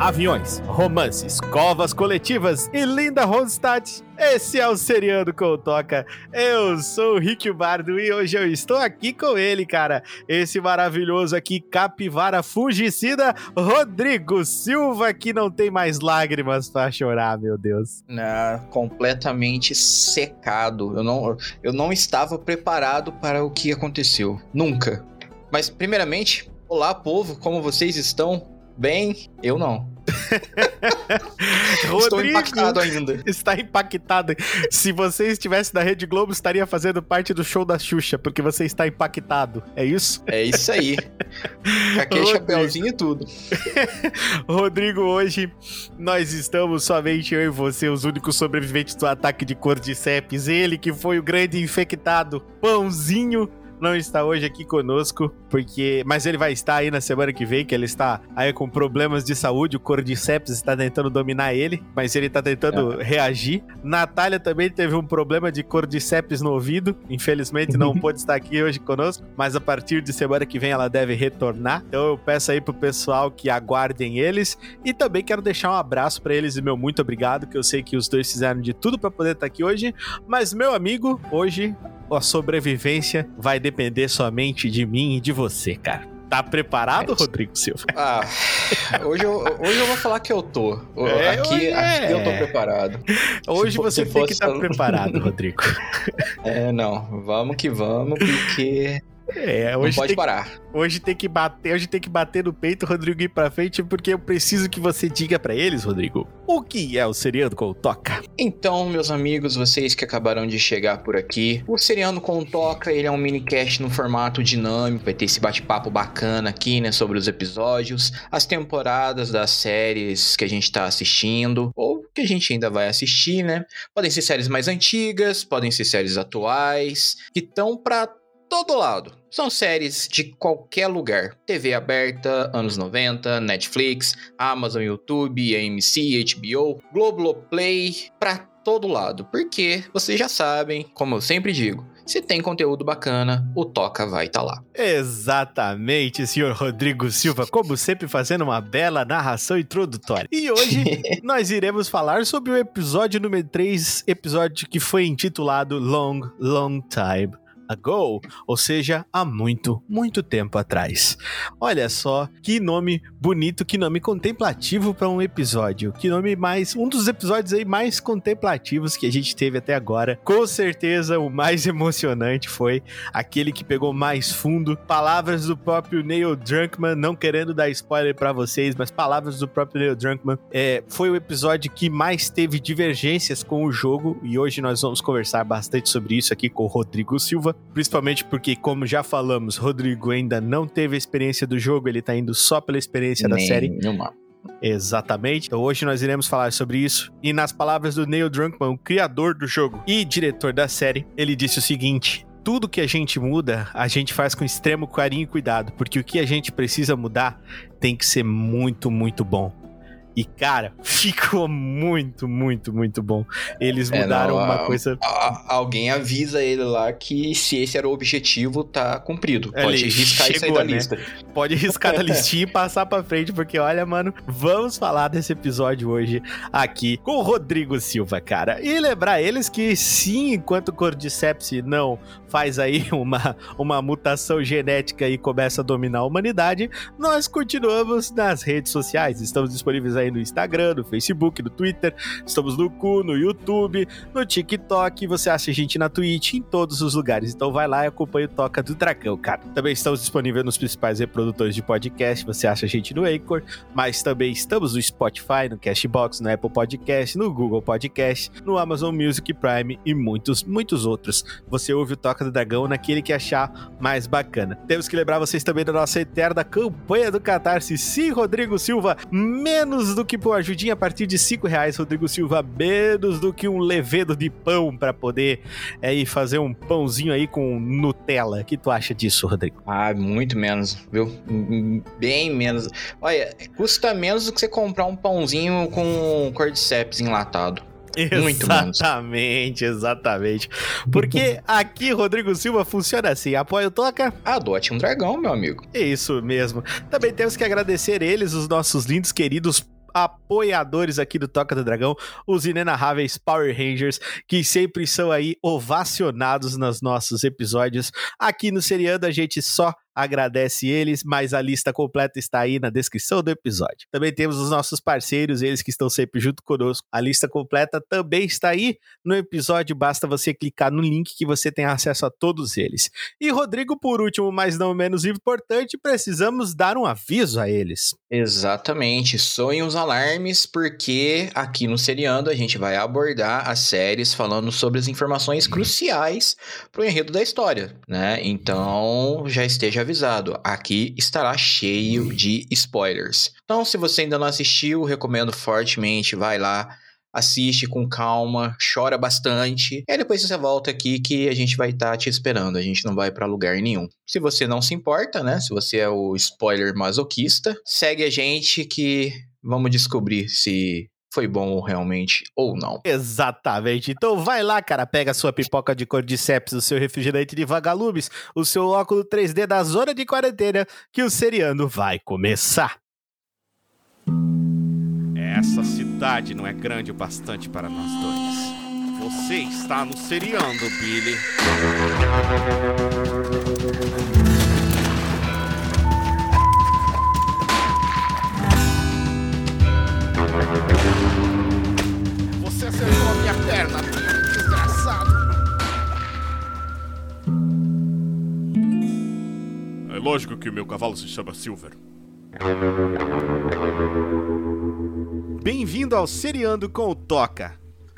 aviões, romances, covas coletivas e Linda Ronstadt. Esse é o Seriando com o Toca. Eu sou o Rick Bardo e hoje eu estou aqui com ele, cara. Esse maravilhoso aqui, capivara fungicida, Rodrigo Silva, que não tem mais lágrimas pra chorar, meu Deus. Completamente secado. Eu não estava preparado para o que aconteceu. Nunca. Mas, primeiramente, olá, povo, como vocês estão? Bem? Eu não. Estou impactado ainda. Está impactado. Se você estivesse na Rede Globo, estaria fazendo parte do show da Xuxa, porque você está impactado. É isso? É isso aí. Com aquele chapéuzinho e tudo. Rodrigo, hoje nós estamos somente eu e você, os únicos sobreviventes do ataque de Cordyceps. Ele que foi o grande infectado, Pãozinho, não está hoje aqui conosco, mas ele vai estar aí na semana que vem, que ele está aí com problemas de saúde, o Cordyceps está tentando dominar ele, mas ele está tentando reagir. Natália também teve um problema de Cordyceps no ouvido, infelizmente não pôde estar aqui hoje conosco, mas a partir de semana que vem ela deve retornar, então eu peço aí pro pessoal que aguardem eles, e também quero deixar um abraço para eles e meu muito obrigado, que eu sei que os dois fizeram de tudo para poder estar aqui hoje, mas meu amigo, hoje a sobrevivência vai depender somente de mim e de você, cara. Tá preparado, Rodrigo Silva? Hoje eu vou falar que eu tô. Aqui eu tô preparado. Hoje você tem que estar preparado, Rodrigo. Não. Vamos que vamos, porque... Hoje não pode parar. Hoje tem que bater no peito, Rodrigo, ir pra frente, porque eu preciso que você diga pra eles, Rodrigo, o que é o Seriando com o Toca? Então, meus amigos, vocês que acabaram de chegar por aqui, o Seriando com o Toca, ele é um minicast no formato dinâmico, vai ter esse bate-papo bacana aqui, né, sobre os episódios, as temporadas das séries que a gente tá assistindo, ou que a gente ainda vai assistir, né? Podem ser séries mais antigas, podem ser séries atuais, que estão pra todo lado. São séries de qualquer lugar. TV aberta, anos 90, Netflix, Amazon, YouTube, AMC, HBO, Globoplay, pra todo lado. Porque vocês já sabem, como eu sempre digo, se tem conteúdo bacana, o Toca vai estar lá. Exatamente, senhor Rodrigo Silva, como sempre fazendo uma bela narração introdutória. E hoje nós iremos falar sobre o episódio número 3, episódio que foi intitulado Long, Long Time Ago, ou seja, há muito, muito tempo atrás. Olha só, que nome bonito, que nome contemplativo para um episódio, que nome um dos episódios aí mais contemplativos que a gente teve até agora. Com certeza o mais emocionante foi aquele que pegou mais fundo, palavras do próprio Neil Druckmann, não querendo dar spoiler para vocês, mas palavras do próprio Neil Druckmann, foi o episódio que mais teve divergências com o jogo, e hoje nós vamos conversar bastante sobre isso aqui com o Rodrigo Silva, principalmente porque, como já falamos, Rodrigo ainda não teve a experiência do jogo, ele tá indo só pela experiência da série. Nenhuma. Exatamente. Então hoje nós iremos falar sobre isso. E nas palavras do Neil Druckmann, o criador do jogo e diretor da série, ele disse o seguinte: tudo que a gente muda, a gente faz com extremo carinho e cuidado, porque o que a gente precisa mudar tem que ser muito, muito bom. E, cara, ficou muito, muito, muito bom. Eles mudaram uma coisa... Alguém avisa ele lá que se esse era o objetivo, tá cumprido. Pode riscar isso aí da lista. Pode riscar da listinha e passar pra frente, porque, olha, mano, vamos falar desse episódio hoje aqui com o Rodrigo Silva, cara. E lembrar eles que, sim, enquanto o Cordyceps não faz aí uma mutação genética e começa a dominar a humanidade, nós continuamos nas redes sociais. Estamos disponíveis aí no Instagram, no Facebook, no Twitter, estamos no Cu, no YouTube, no TikTok, você acha a gente na Twitch, em todos os lugares, então vai lá e acompanha o Toca do Dragão, cara. Também estamos disponíveis nos principais reprodutores de podcast, você acha a gente no Anchor, mas também estamos no Spotify, no Castbox, no Apple Podcast, no Google Podcast, no Amazon Music Prime e muitos, muitos outros. Você ouve o Toca do Dragão naquele que achar mais bacana. Temos que lembrar vocês também da nossa eterna campanha do Catarse. Sim, Rodrigo Silva, menos do que por ajudinha a partir de R$5, Rodrigo Silva, menos do que um levedo de pão pra poder ir fazer um pãozinho aí com Nutella. O que tu acha disso, Rodrigo? Muito menos, viu? Bem menos. Olha, custa menos do que você comprar um pãozinho com Cordyceps enlatado. Muito exatamente, menos. Exatamente. Porque aqui, Rodrigo Silva, funciona assim: apoia o Toca, adote um dragão, meu amigo. Isso mesmo. Também temos que agradecer eles, os nossos lindos, queridos apoiadores aqui do Toca do Dragão, os inenarráveis Power Rangers, que sempre são aí ovacionados nos nossos episódios. Aqui no Seriando a gente só agradece eles, mas a lista completa está aí na descrição do episódio. Também temos os nossos parceiros, eles que estão sempre junto conosco. A lista completa também está aí no episódio, basta você clicar no link que você tem acesso a todos eles. E Rodrigo, por último, mas não menos importante, precisamos dar um aviso a eles. Exatamente, soem os alarmes, porque aqui no Seriando a gente vai abordar as séries falando sobre as informações cruciais para o enredo da história, né? Então já esteja avisado, aqui estará cheio de spoilers. Então, se você ainda não assistiu, recomendo fortemente, vai lá, assiste com calma, chora bastante, e depois você volta aqui que a gente vai estar te esperando, a gente não vai pra lugar nenhum. Se você não se importa, né, se você é o spoiler masoquista, segue a gente que vamos descobrir se foi bom realmente ou não. Exatamente. Então vai lá, cara, pega a sua pipoca de cordyceps, o seu refrigerante de vagalumes, o seu óculos 3D da zona de quarentena, que o Seriando vai começar. Essa cidade não é grande o bastante para nós dois. Você está no Seriando, Billy. Você acertou a minha perna, desgraçado. É lógico que o meu cavalo se chama Silver. Bem-vindo ao Seriando com o Toca.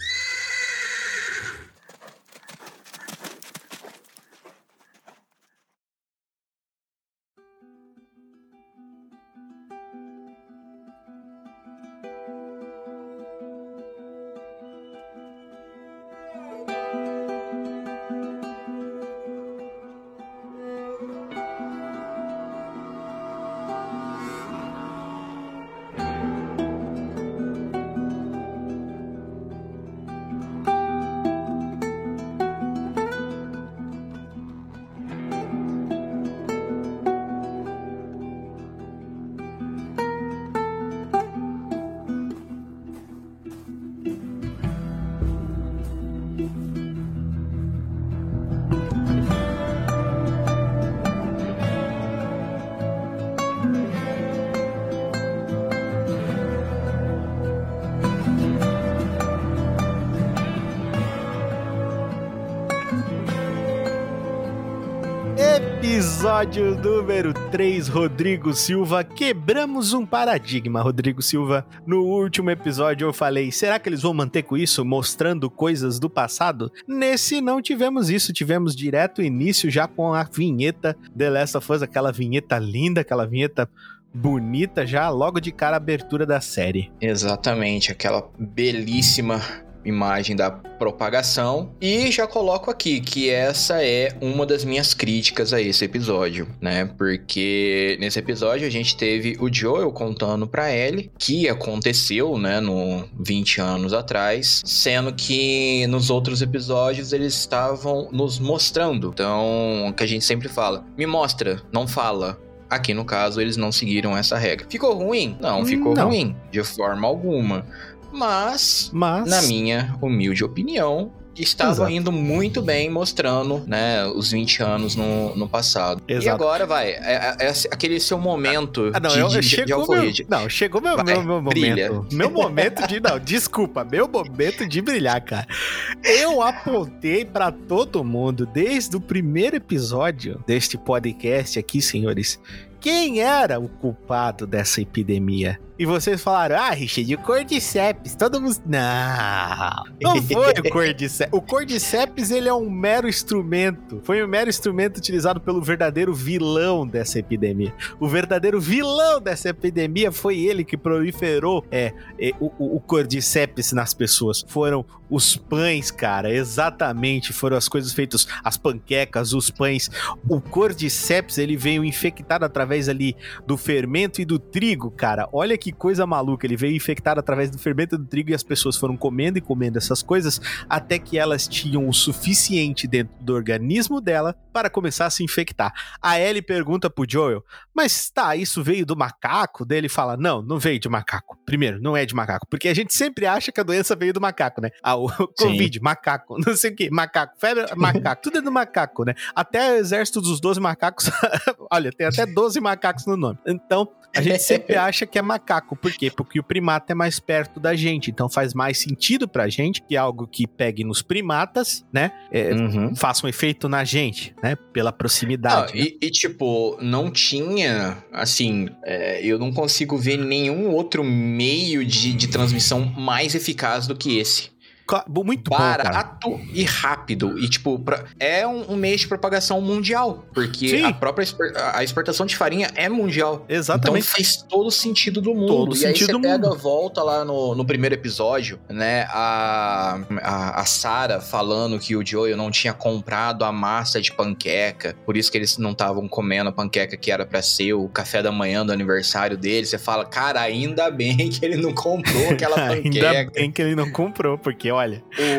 Episódio número 3, Rodrigo Silva. Quebramos um paradigma, Rodrigo Silva. No último episódio eu falei, será que eles vão manter com isso, mostrando coisas do passado? Nesse não tivemos isso, tivemos direto início já com a vinheta The Last of Us, aquela vinheta linda, aquela vinheta bonita já, logo de cara a abertura da série. Exatamente, aquela belíssima imagem da propagação. E já coloco aqui que essa é uma das minhas críticas a esse episódio, né? Porque nesse episódio a gente teve o Joel contando pra Ellie que aconteceu, né, no 20 anos atrás, sendo que nos outros episódios eles estavam nos mostrando. Então, o que a gente sempre fala, me mostra, não fala. Aqui no caso eles não seguiram essa regra. Ficou ruim? Não, ficou ruim, de forma alguma. Mas, na minha humilde opinião, estava indo muito bem mostrando, né, os 20 anos no passado. Exato. E agora é aquele seu momento de alforria. Não, chegou meu momento. Meu momento de... Não, desculpa, meu momento de brilhar, cara. Eu apontei pra todo mundo, desde o primeiro episódio deste podcast aqui, senhores, quem era o culpado dessa epidemia. E vocês falaram, Richard, o Cordyceps, todo mundo... Não foi o Cordyceps. O Cordyceps, ele é um mero instrumento. Foi um mero instrumento utilizado pelo verdadeiro vilão dessa epidemia. O verdadeiro vilão dessa epidemia foi ele que proliferou o Cordyceps nas pessoas. Foram os pães, cara, exatamente. Foram as coisas feitas, as panquecas, os pães. O Cordyceps, ele veio infectado através ali do fermento e do trigo, cara. Olha que que coisa maluca. Ele veio infectado através do fermento do trigo e as pessoas foram comendo e comendo essas coisas até que elas tinham o suficiente dentro do organismo dela para começar a se infectar. A Ellie pergunta pro Joel, mas tá, isso veio do macaco? Daí ele fala, não veio de macaco. Primeiro, não é de macaco, porque a gente sempre acha que a doença veio do macaco, né? O Covid, macaco, não sei o que, macaco, febre, macaco, tudo é do macaco, né? Até o exército dos 12 macacos, olha, tem até 12 macacos no nome. Então, a gente sempre acha que é macaco. Por quê? Porque o primata é mais perto da gente. Então faz mais sentido pra gente que algo que pegue nos primatas, né? Faça um efeito na gente, né? Pela proximidade. E tipo, não tinha, assim, eu não consigo ver nenhum outro meio de transmissão mais eficaz do que esse. Muito barato bom, e rápido. E, tipo, é um meio de propagação mundial. Porque Sim. a própria a exportação de farinha é mundial. Exatamente. Então faz todo sentido do mundo. Todo e sentido aí do você pega, mundo. volta lá no primeiro episódio, né? A Sarah falando que o Joel não tinha comprado a massa de panqueca. Por isso que eles não estavam comendo a panqueca que era pra ser o café da manhã do aniversário dele. Você fala, cara, ainda bem que ele não comprou aquela panqueca. Ainda bem que ele não comprou, porque olha...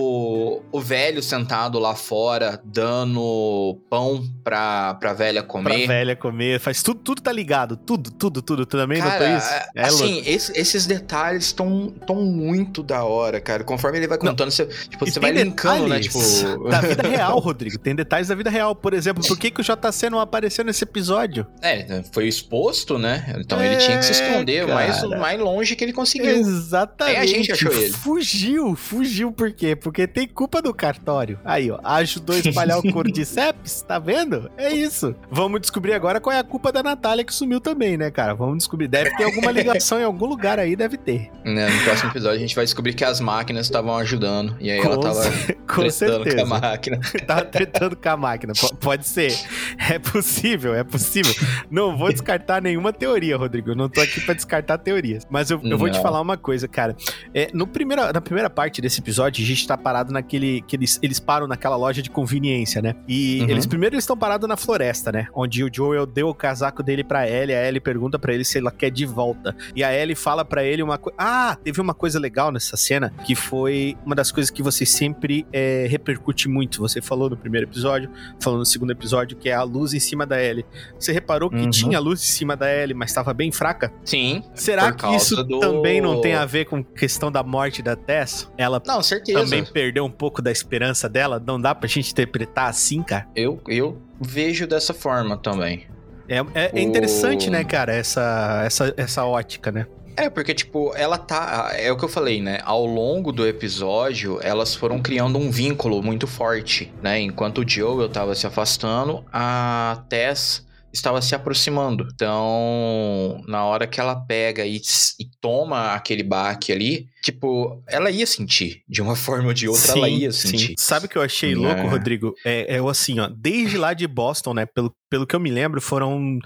O velho sentado lá fora, dando pão pra velha comer. Pra velha comer, faz tudo tá ligado, tudo. Também cara, notou isso? Assim, esses detalhes estão muito da hora, cara. Conforme ele vai contando, você vai linkando, né? Tipo... da vida real, Rodrigo. Tem detalhes da vida real. Por exemplo, por que o JC não apareceu nesse episódio? Foi exposto, né? Então ele tinha que se esconder o mais longe que ele conseguiu. Exatamente. Aí a gente achou ele. Fugiu por quê? Porque tem culpa do cartório. Aí, ó, ajudou a espalhar o Cordyceps, tá vendo? É isso. Vamos descobrir agora qual é a culpa da Natália que sumiu também, né, cara? Vamos descobrir. Deve ter alguma ligação em algum lugar aí, deve ter. No próximo episódio a gente vai descobrir que as máquinas estavam ajudando. E aí ela tava tretando com a máquina. Tava tretando com a máquina. Pode ser. É possível. Não vou descartar nenhuma teoria, Rodrigo. Eu não tô aqui pra descartar teorias. Mas eu vou te falar uma coisa, cara. Na primeira parte desse episódio, a gente tá parado naquele... que eles param naquela loja de conveniência, né? E eles estão parados na floresta, né? Onde o Joel deu o casaco dele pra Ellie. A Ellie pergunta pra ele se ela quer de volta. E a Ellie fala pra ele uma coisa... teve uma coisa legal nessa cena, que foi uma das coisas que você sempre repercute muito. Você falou no primeiro episódio, falou no segundo episódio, que é a luz em cima da Ellie. Você reparou que tinha luz em cima da Ellie, mas estava bem fraca? Sim. Será que isso também não tem a ver com questão da morte da Tess? Ela não, certeza. Também perdeu um pouco da esperança dela? Não dá pra gente interpretar assim, cara? Eu vejo dessa forma também. É interessante, né, cara, essa ótica, né? Porque, tipo, ela tá... É o que eu falei, né? Ao longo do episódio, elas foram criando um vínculo muito forte, né? Enquanto o Joel tava se afastando, a Tess estava se aproximando. Então, na hora que ela pega e toma aquele baque ali, tipo, ela ia sentir. De uma forma ou de outra, ela ia sentir. Sim. Sabe o que eu achei louco, Rodrigo? É assim, ó, desde lá de Boston, né? Pelo que eu me lembro, foram...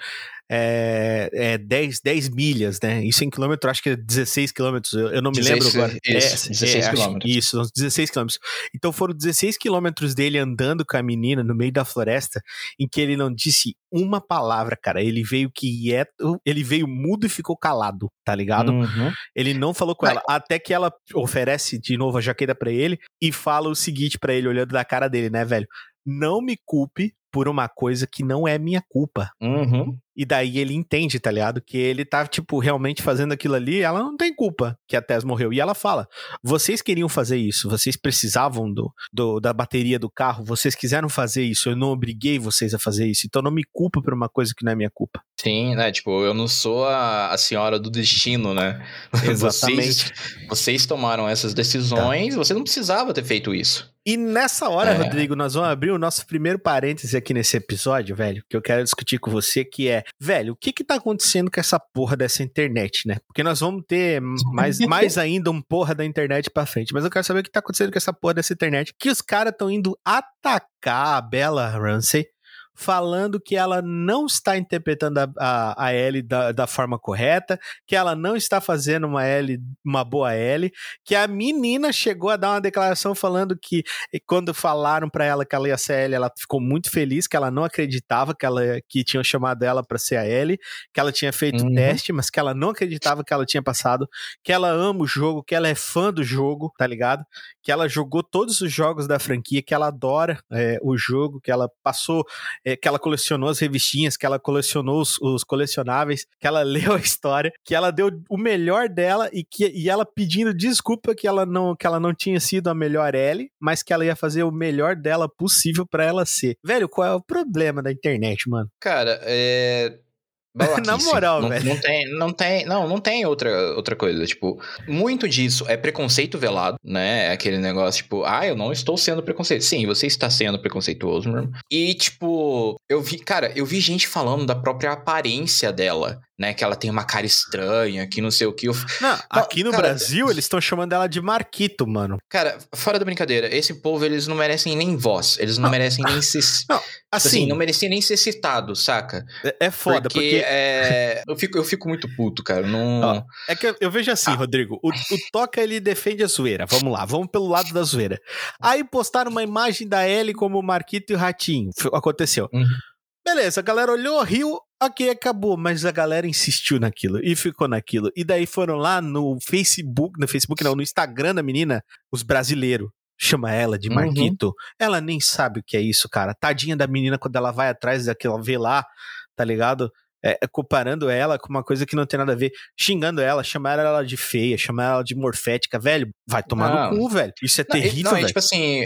10 milhas, né? Isso em quilômetro, acho que é 16 quilômetros, eu não me lembro agora. 16 quilômetros. Isso, uns 16 quilômetros. Então foram 16 quilômetros dele andando com a menina no meio da floresta, em que ele não disse uma palavra, cara. Ele veio quieto, ele veio mudo e ficou calado, tá ligado? Ele não falou com ela, até que ela oferece de novo a jaqueta pra ele e fala o seguinte pra ele, olhando na cara dele, né, velho? Não me culpe por uma coisa que não é minha culpa. E daí ele entende, tá ligado? Que ele tá, tipo, realmente fazendo aquilo ali, ela não tem culpa que a Tess morreu. E ela fala, vocês queriam fazer isso, vocês precisavam da bateria do carro, vocês quiseram fazer isso, eu não obriguei vocês a fazer isso, então não me culpa por uma coisa que não é minha culpa. Sim, né? Tipo, eu não sou a senhora do destino, né? Exatamente. Vocês tomaram essas decisões, você não precisava ter feito isso. E nessa hora, Rodrigo, nós vamos abrir o nosso primeiro parêntese aqui nesse episódio, velho, que eu quero discutir com você, que é, velho, o que tá acontecendo com essa porra dessa internet, né? Porque nós vamos ter mais ainda um porra da internet pra frente, mas eu quero saber o que tá acontecendo com essa porra dessa internet, que os caras estão indo atacar a Bella Ramsey, falando que ela não está interpretando a Ellie da forma correta, que ela não está fazendo uma boa Ellie, que a menina chegou a dar uma declaração falando que quando falaram pra ela que ela ia ser a Ellie, ela ficou muito feliz, que ela não acreditava que tinham chamado ela pra ser a Ellie, que ela tinha feito o teste, mas que ela não acreditava que ela tinha passado, que ela ama o jogo, que ela é fã do jogo, tá ligado? Que ela jogou todos os jogos da franquia, que ela adora o jogo, que ela passou, que ela colecionou as revistinhas, que ela colecionou os colecionáveis, que ela leu a história, que ela deu o melhor dela e ela pedindo desculpa que ela não tinha sido a melhor Ellie, mas que ela ia fazer o melhor dela possível pra ela ser. Velho, qual é o problema da internet, mano? Cara, Na moral, velho. Não tem outra coisa. Tipo, muito disso é preconceito velado, né? É aquele negócio, tipo, eu não estou sendo preconceituoso. Sim, você está sendo preconceituoso, meu irmão. E, tipo, eu vi gente falando da própria aparência dela, né? Que ela tem uma cara estranha, que não sei o que. Aqui no Brasil, eles estão chamando ela de Marquito, mano. Cara, fora da brincadeira, esse povo, eles não merecem nem voz. Eles não merecem nem ser... Assim, não merecem nem ser citados, saca? É foda, porque eu fico muito puto, cara. Não... É que eu vejo assim, Rodrigo, o Toca, ele defende a zoeira. Vamos lá, vamos pelo lado da zoeira. Aí postaram uma imagem da Ellie como o Marquito e o Ratinho. Aconteceu. Beleza, a galera olhou, riu, ok, acabou. Mas a galera insistiu naquilo e ficou naquilo. E daí foram lá no Instagram da menina, os brasileiros. Chama ela de Marquito. Ela nem sabe o que é isso, cara. Tadinha da menina quando ela vai atrás daquela, vê lá, tá ligado? Comparando ela com uma coisa que não tem nada a ver, xingando ela, chamaram ela de feia, chamaram ela de morfética, velho, vai tomar no cu, velho. Isso é terrível, velho. Tipo assim,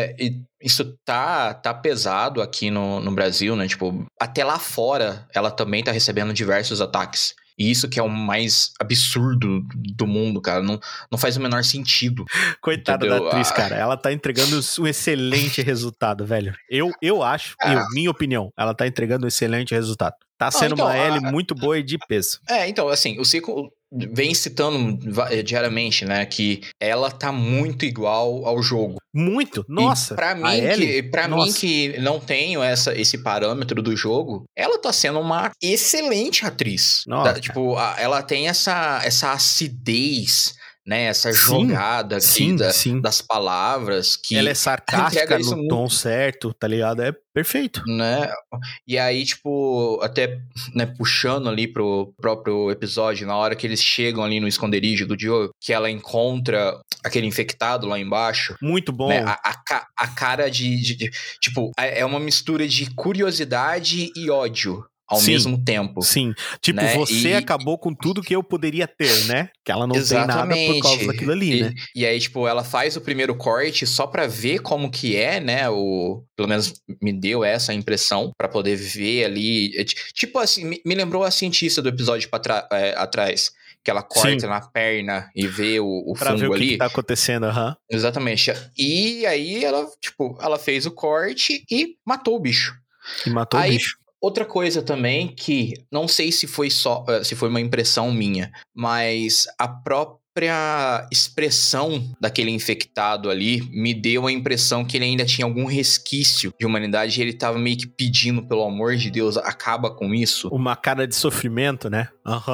isso tá pesado aqui no Brasil, né? Tipo, até lá fora, ela também tá recebendo diversos ataques. E isso que é o mais absurdo do mundo, cara. Não faz o menor sentido. Coitada da atriz, cara. Ela tá entregando um excelente resultado, velho. Eu acho, minha opinião, ela tá entregando um excelente resultado. Tá sendo uma Ellie muito boa e de peso. Então, assim, o Cico vem citando diariamente, né, que ela tá muito igual ao jogo. Muito? Nossa! E pra mim que não tenho esse parâmetro do jogo, ela tá sendo uma excelente atriz. Nossa. Tipo, ela tem essa acidez, né, essa jogada aqui das palavras. Que ela é sarcástica no tom certo, tá ligado? É perfeito. Né? E aí, tipo, até, né, puxando ali pro próprio episódio, na hora que eles chegam ali no esconderijo do Joe, que ela encontra aquele infectado lá embaixo. Muito bom. Né, a cara de tipo, é uma mistura de curiosidade e ódio ao mesmo tempo. Sim, tipo, né? Você acabou com tudo que eu poderia ter, né? Que ela não tem nada por causa daquilo ali, né? E aí, tipo, ela faz o primeiro corte só pra ver como que é, né? Pelo menos me deu essa impressão pra poder ver ali. Tipo assim, me lembrou a cientista do episódio atrás. Que ela corta na perna e vê o pra fungo ver ali. O que tá acontecendo, Exatamente. E aí ela fez o corte e matou o bicho. O bicho. Outra coisa também que não sei se foi uma impressão minha, mas a própria expressão daquele infectado ali me deu a impressão que ele ainda tinha algum resquício de humanidade e ele tava meio que pedindo, pelo amor de Deus, acaba com isso. Uma cara de sofrimento, né?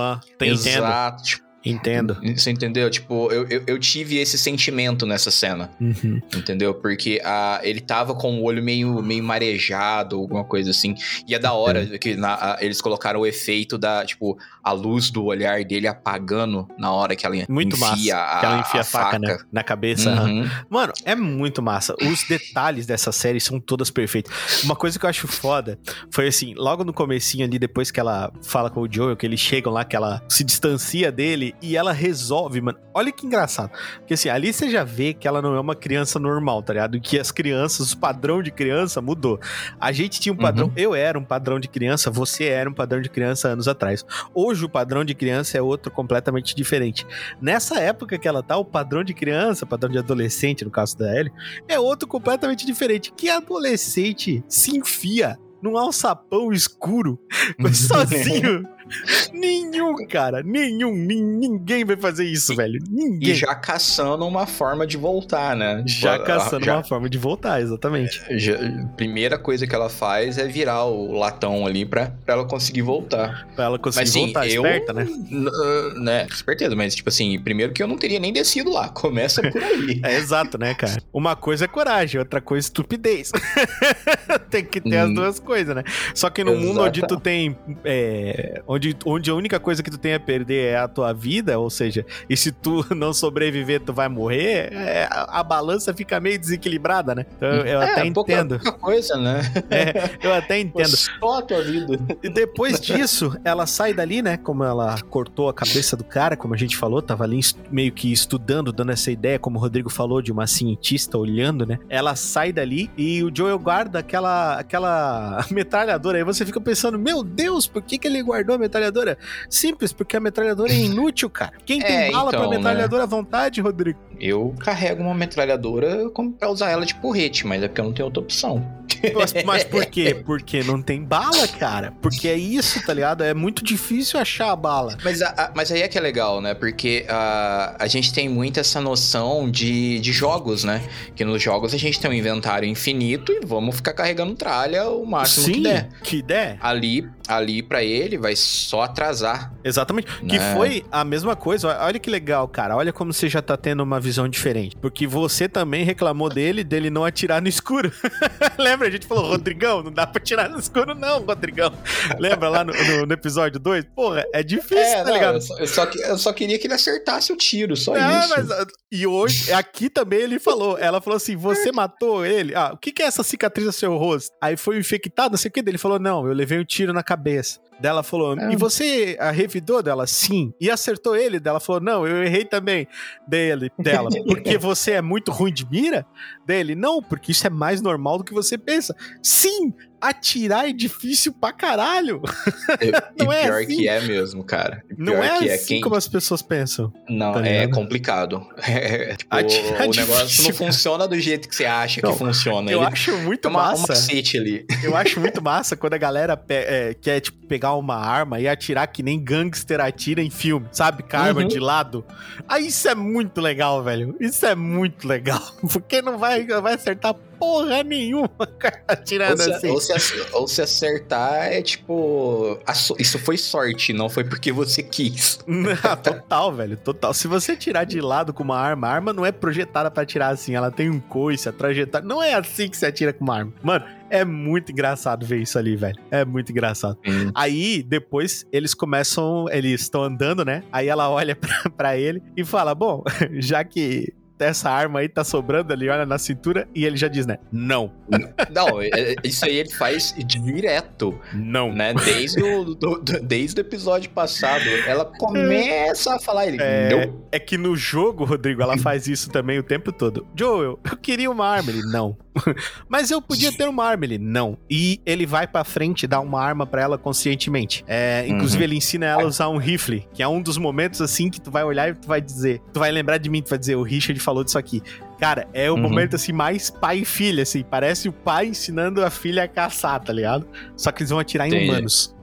Exato. Entendo. Você entendeu? Tipo, eu tive esse sentimento nessa cena. Entendeu? Porque ele tava com o olho meio marejado, alguma coisa assim. E é da hora que eles colocaram o efeito da, tipo, a luz do olhar dele apagando na hora que ela muito enfia massa, que ela enfia a faca, né? Na cabeça. Mano, é muito massa. Os detalhes dessa série são todas perfeitos. Uma coisa que eu acho foda foi assim, logo no comecinho ali, depois que ela fala com o Joel, que eles chegam lá, que ela se distancia dele e ela resolve, mano. Olha que engraçado. Porque assim, ali você já vê que ela não é uma criança normal, tá ligado? Que as crianças, o padrão de criança mudou. A gente tinha um padrão, eu era um padrão de criança, você era um padrão de criança anos atrás. Hoje o padrão de criança é outro completamente diferente. Nessa época que ela tá, o padrão de criança, padrão de adolescente, no caso da Ellie, é outro completamente diferente. Que adolescente se enfia num alçapão escuro, sozinho, Nenhum, cara. Ninguém vai fazer isso, velho. Ninguém. E já caçando uma forma de voltar, né? Já caçando uma forma de voltar, exatamente. Primeira coisa que ela faz é virar o latão ali pra ela conseguir voltar. Pra ela conseguir mas, voltar, esperta, né? Né? Esperteza, mas tipo assim, primeiro que eu não teria nem descido lá. Começa por aí. Exato, né, cara? Uma coisa é coragem, outra coisa é estupidez. Tem que ter as duas coisas, né? Só que no mundo onde tu tem... onde a única coisa que tu tem a perder é a tua vida, ou seja, e se tu não sobreviver, tu vai morrer, a balança fica meio desequilibrada, né? Então eu até entendo. Pouca coisa, né? Eu até entendo. Só a tua vida. E depois disso, ela sai dali, né? Como ela cortou a cabeça do cara, como a gente falou, tava ali meio que estudando, dando essa ideia, como o Rodrigo falou, de uma cientista olhando, né? Ela sai dali e o Joel guarda aquela metralhadora. Aí você fica pensando, meu Deus, por que ele guardou a metralhadora? Simples, porque a metralhadora é inútil, cara. Quem tem bala pra metralhadora à vontade, Rodrigo? Eu carrego uma metralhadora pra usar ela de porrete, mas é porque eu não tenho outra opção. Mas por quê? Porque não tem bala, cara. Porque é isso, tá ligado? É muito difícil achar a bala. Mas aí é que é legal, né? Porque a gente tem muito essa noção de jogos, né? Que nos jogos a gente tem um inventário infinito e vamos ficar carregando tralha o máximo que der. Ali pra ele vai só atrasar. Exatamente. Né? Que foi a mesma coisa. Olha que legal, cara. Olha como você já tá tendo uma visão diferente. Porque você também reclamou dele não atirar no escuro. Lembra? A gente falou, Rodrigão, não dá pra atirar no escuro não, Rodrigão. Lembra lá no episódio 2? Porra, é difícil, tá ligado? Eu só queria que ele acertasse o tiro, só isso. E hoje, aqui também ela falou assim, você matou ele? O que é essa cicatriz no seu rosto? Aí foi infectado, não sei o que, ele falou, não, eu levei um tiro na cabeça. Dela falou, e você revidou dela? Sim. E acertou ele? Dela falou, não, eu errei também. Dela, porque você é muito ruim de mira? Dele, não, porque isso é mais normal do que você pensa. Sim, atirar é difícil pra caralho. Não é pior assim. Que é mesmo, cara. Não é assim como as pessoas pensam. Não, tá é complicado. Tipo, o negócio não funciona do jeito que você acha que funciona. Eu acho muito massa. Um macete ali. Eu acho muito massa quando a galera quer, tipo, pegar uma arma e atirar que nem gangster atira em filme, sabe? Com a arma de lado. Aí isso é muito legal, velho. Isso é muito legal. Porque não vai acertar porra nenhuma atirando assim. Ou se acertar é tipo... Isso foi sorte, não foi porque você quis. Total, velho, total. Se você atirar de lado com uma arma, a arma não é projetada pra atirar assim, ela tem um coice, a trajetória... Não é assim que se atira com uma arma. Mano, é muito engraçado ver isso ali, velho. É muito engraçado. Aí, depois, eles estão andando, né? Aí ela olha pra ele e fala, bom, já que essa arma aí tá sobrando, ele olha na cintura e ele já diz, né? Não. Não, isso aí ele faz direto. Não. Né? Desde o episódio passado, ela começa a falar, ele não. É que no jogo, Rodrigo, ela faz isso também o tempo todo. Joel, eu queria uma arma, ele, não. Mas eu podia ter uma arma, ele, não. E ele vai pra frente e dá uma arma pra ela conscientemente. Inclusive, ele ensina ela a usar um rifle, que é um dos momentos, assim, que tu vai olhar e tu vai lembrar de mim, tu vai dizer, o Richard falou disso aqui. Cara, é o momento, assim, mais pai e filha, assim. Parece o pai ensinando a filha a caçar, tá ligado? Só que eles vão atirar em humanos.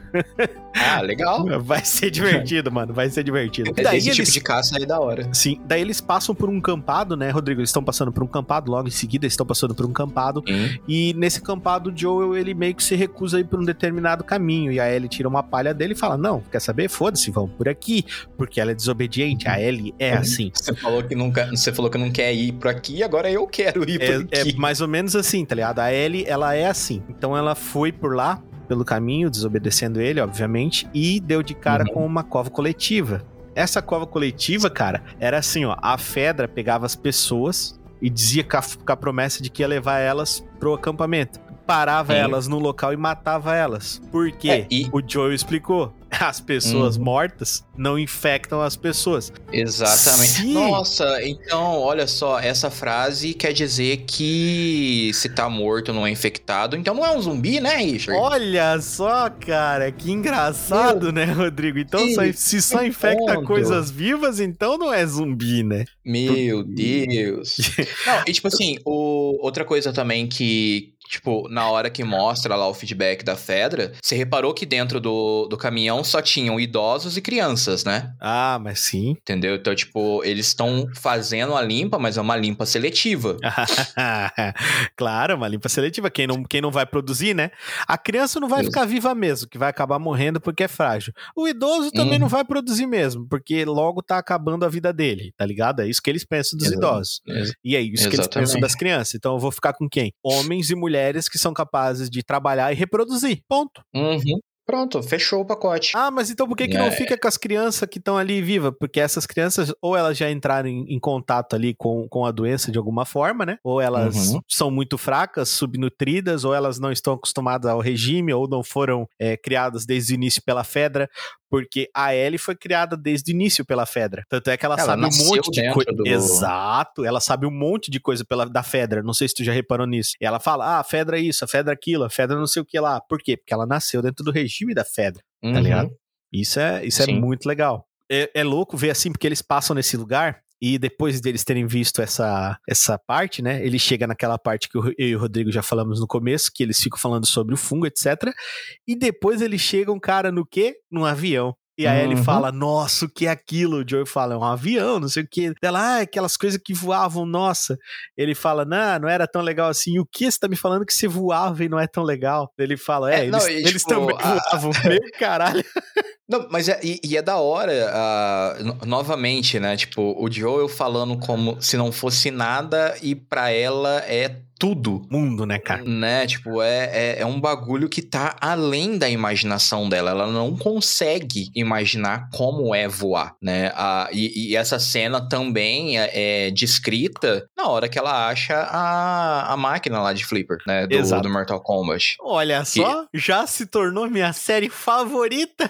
Legal. Vai ser divertido, mano. Vai ser divertido. Esse tipo de caça aí é da hora. Sim. Daí eles passam por um campado, né, Rodrigo? Eles estão passando por um campado. Logo em seguida, eles estão passando por um campado. E nesse campado, o Joel, ele meio que se recusa a ir por um determinado caminho. E a Ellie tira uma palha dele e fala, não, quer saber? Foda-se, vamos por aqui. Porque ela é desobediente. A Ellie é assim. Você falou que não quer ir por aqui, agora eu quero ir por aqui. É mais ou menos assim, tá ligado? A Ellie, ela é assim. Então ela foi por lá, pelo caminho, desobedecendo ele, obviamente, e deu de cara com uma cova coletiva. Essa cova coletiva, cara, era assim, ó, a Fedra pegava as pessoas e dizia com a promessa de que ia levar elas pro acampamento. Parava elas no local e matava elas. Por quê? O Joel explicou. As pessoas mortas não infectam as pessoas. Exatamente. Sim. Nossa, então, olha só, essa frase quer dizer que se tá morto não é infectado, então não é um zumbi, né, Richard? Olha só, cara, que engraçado, né, Rodrigo? Então, se só infecta coisas vivas, então não é zumbi, né? Meu Deus. Não, e tipo assim, outra coisa também que Tipo, na hora que mostra lá o feedback da Fedra, você reparou que dentro do caminhão só tinham idosos e crianças, né? Ah, mas sim. Entendeu? Então, tipo, eles estão fazendo a limpa, mas é uma limpa seletiva. Claro, uma limpa seletiva. Quem não vai produzir, né? A criança não vai ficar viva mesmo, que vai acabar morrendo porque é frágil. O idoso também não vai produzir mesmo, porque logo tá acabando a vida dele, tá ligado? É isso que eles pensam dos idosos. E é isso que eles pensam das crianças. Então eu vou ficar com quem? Homens e mulheres que são capazes de trabalhar e reproduzir. Ponto. Pronto, fechou o pacote. Ah, mas então por que não fica com as crianças que estão ali vivas? Porque essas crianças, ou elas já entraram em contato ali com a doença de alguma forma, né? Ou elas são muito fracas, subnutridas, ou elas não estão acostumadas ao regime, ou não foram criadas desde o início pela Fedra, porque a Ellie foi criada desde o início pela Fedra. Tanto é que ela sabe um monte de coisa. Exato, ela sabe um monte de coisa da Fedra. Não sei se tu já reparou nisso. E ela fala, a Fedra isso, a Fedra aquilo, a Fedra não sei o que lá. Por quê? Porque ela nasceu dentro do regime da Fedra, tá ligado? Isso é muito legal. É louco ver assim, porque eles passam nesse lugar e depois deles terem visto essa parte, né, ele chega naquela parte que eu e o Rodrigo já falamos no começo, que eles ficam falando sobre o fungo, etc. E depois eles chegam, cara, no quê? Num avião. E aí ele fala, nossa, o que é aquilo? O Joey fala, é um avião, não sei o que. Ela, aquelas coisas que voavam, nossa. Ele fala, não era tão legal assim. O que você tá me falando que você voava e não é tão legal? Ele fala, eles tipo, também voavam, meio caralho. Não, mas é da hora, novamente, né? Tipo, o Joel falando como se não fosse nada e pra ela é tudo. Mundo, né, cara? Né? Tipo, é um bagulho que tá além da imaginação dela. Ela não consegue imaginar como é voar, né? E essa cena também é descrita na hora que ela acha a máquina lá de Flipper, né? Do Mortal Kombat. Olha só, já se tornou minha série favorita.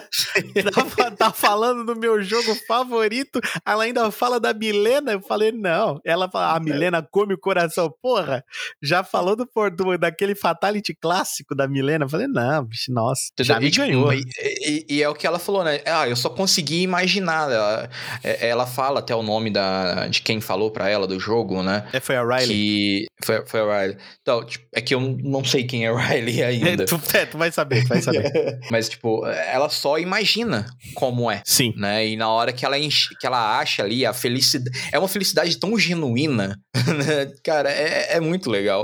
Tá falando do meu jogo favorito. Ela ainda fala da Milena. Eu falei, não. Ela fala, a Milena come o coração. Porra, já falando daquele Fatality clássico da Milena. Eu falei, não, bicho, nossa, já me ganhou. E é o que ela falou, né? Eu só consegui imaginar. Ela fala até o nome de quem falou pra ela do jogo, né? Foi a Riley. Foi a Riley. Então, tipo, é que eu não sei quem é a Riley ainda. Tu vai saber. Mas, tipo, ela só imagina como é. Sim. Né? E na hora que ela acha ali a felicidade... É uma felicidade tão genuína, né? Cara, é muito legal.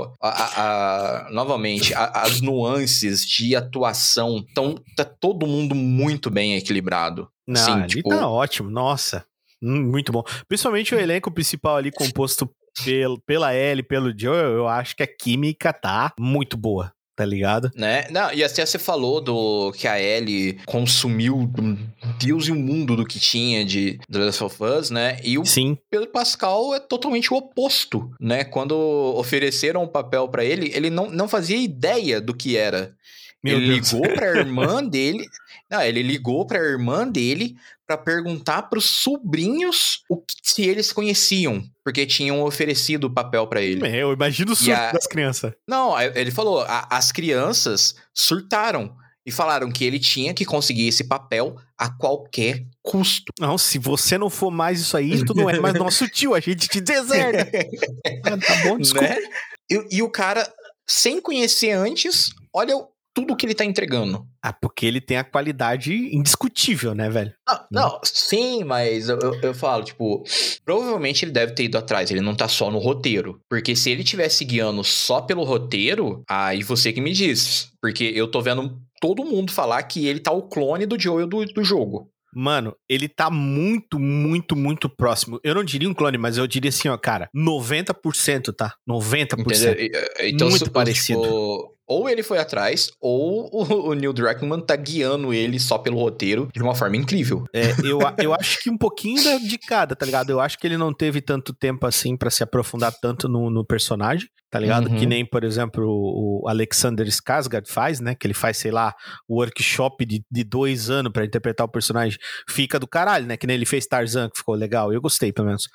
Novamente, as nuances de atuação tá todo mundo muito bem equilibrado. Não, assim, ali tipo... tá ótimo, nossa. Muito bom. Principalmente o elenco principal ali composto pela Ellie, pelo Joel, eu acho que a química tá muito boa. Tá ligado? Né? Não, e até você falou que a Ellie consumiu Deus e o mundo do que tinha de The Last of Us, né? E o Pedro Pascal é totalmente o oposto, né? Quando ofereceram o papel pra ele não fazia ideia do que era. Ele ligou pra irmã dele... Não, ele ligou pra irmã dele pra perguntar pros sobrinhos se eles conheciam, porque tinham oferecido o papel pra ele. Eu imagino o surto das crianças. Não, ele falou, as crianças surtaram e falaram que ele tinha que conseguir esse papel a qualquer custo. Não, se você não for mais isso aí, tu não é mais nosso tio, a gente te deserta. Tá bom, desculpa. Né? E o cara, sem conhecer antes, olha tudo que ele tá entregando. Porque ele tem a qualidade indiscutível, né, velho? Não, sim, mas eu falo, tipo, provavelmente ele deve ter ido atrás, ele não tá só no roteiro. Porque se ele tivesse guiando só pelo roteiro, aí você que me diz. Porque eu tô vendo todo mundo falar que ele tá o clone do Joel do jogo. Mano, ele tá muito, muito, muito próximo. Eu não diria um clone, mas eu diria assim, ó, cara, 90%, tá? 90%. Então, muito parecido. Tipo, ou ele foi atrás, ou o Neil Druckmann tá guiando ele só pelo roteiro de uma forma incrível. Eu acho que um pouquinho de cada, tá ligado? Eu acho que ele não teve tanto tempo assim pra se aprofundar tanto no personagem, tá ligado? Que nem, por exemplo, o Alexander Skarsgård faz, né? Que ele faz, sei lá, o workshop de 2 anos pra interpretar o personagem. Fica do caralho, né? Que nem ele fez Tarzan, que ficou legal. Eu gostei, pelo menos.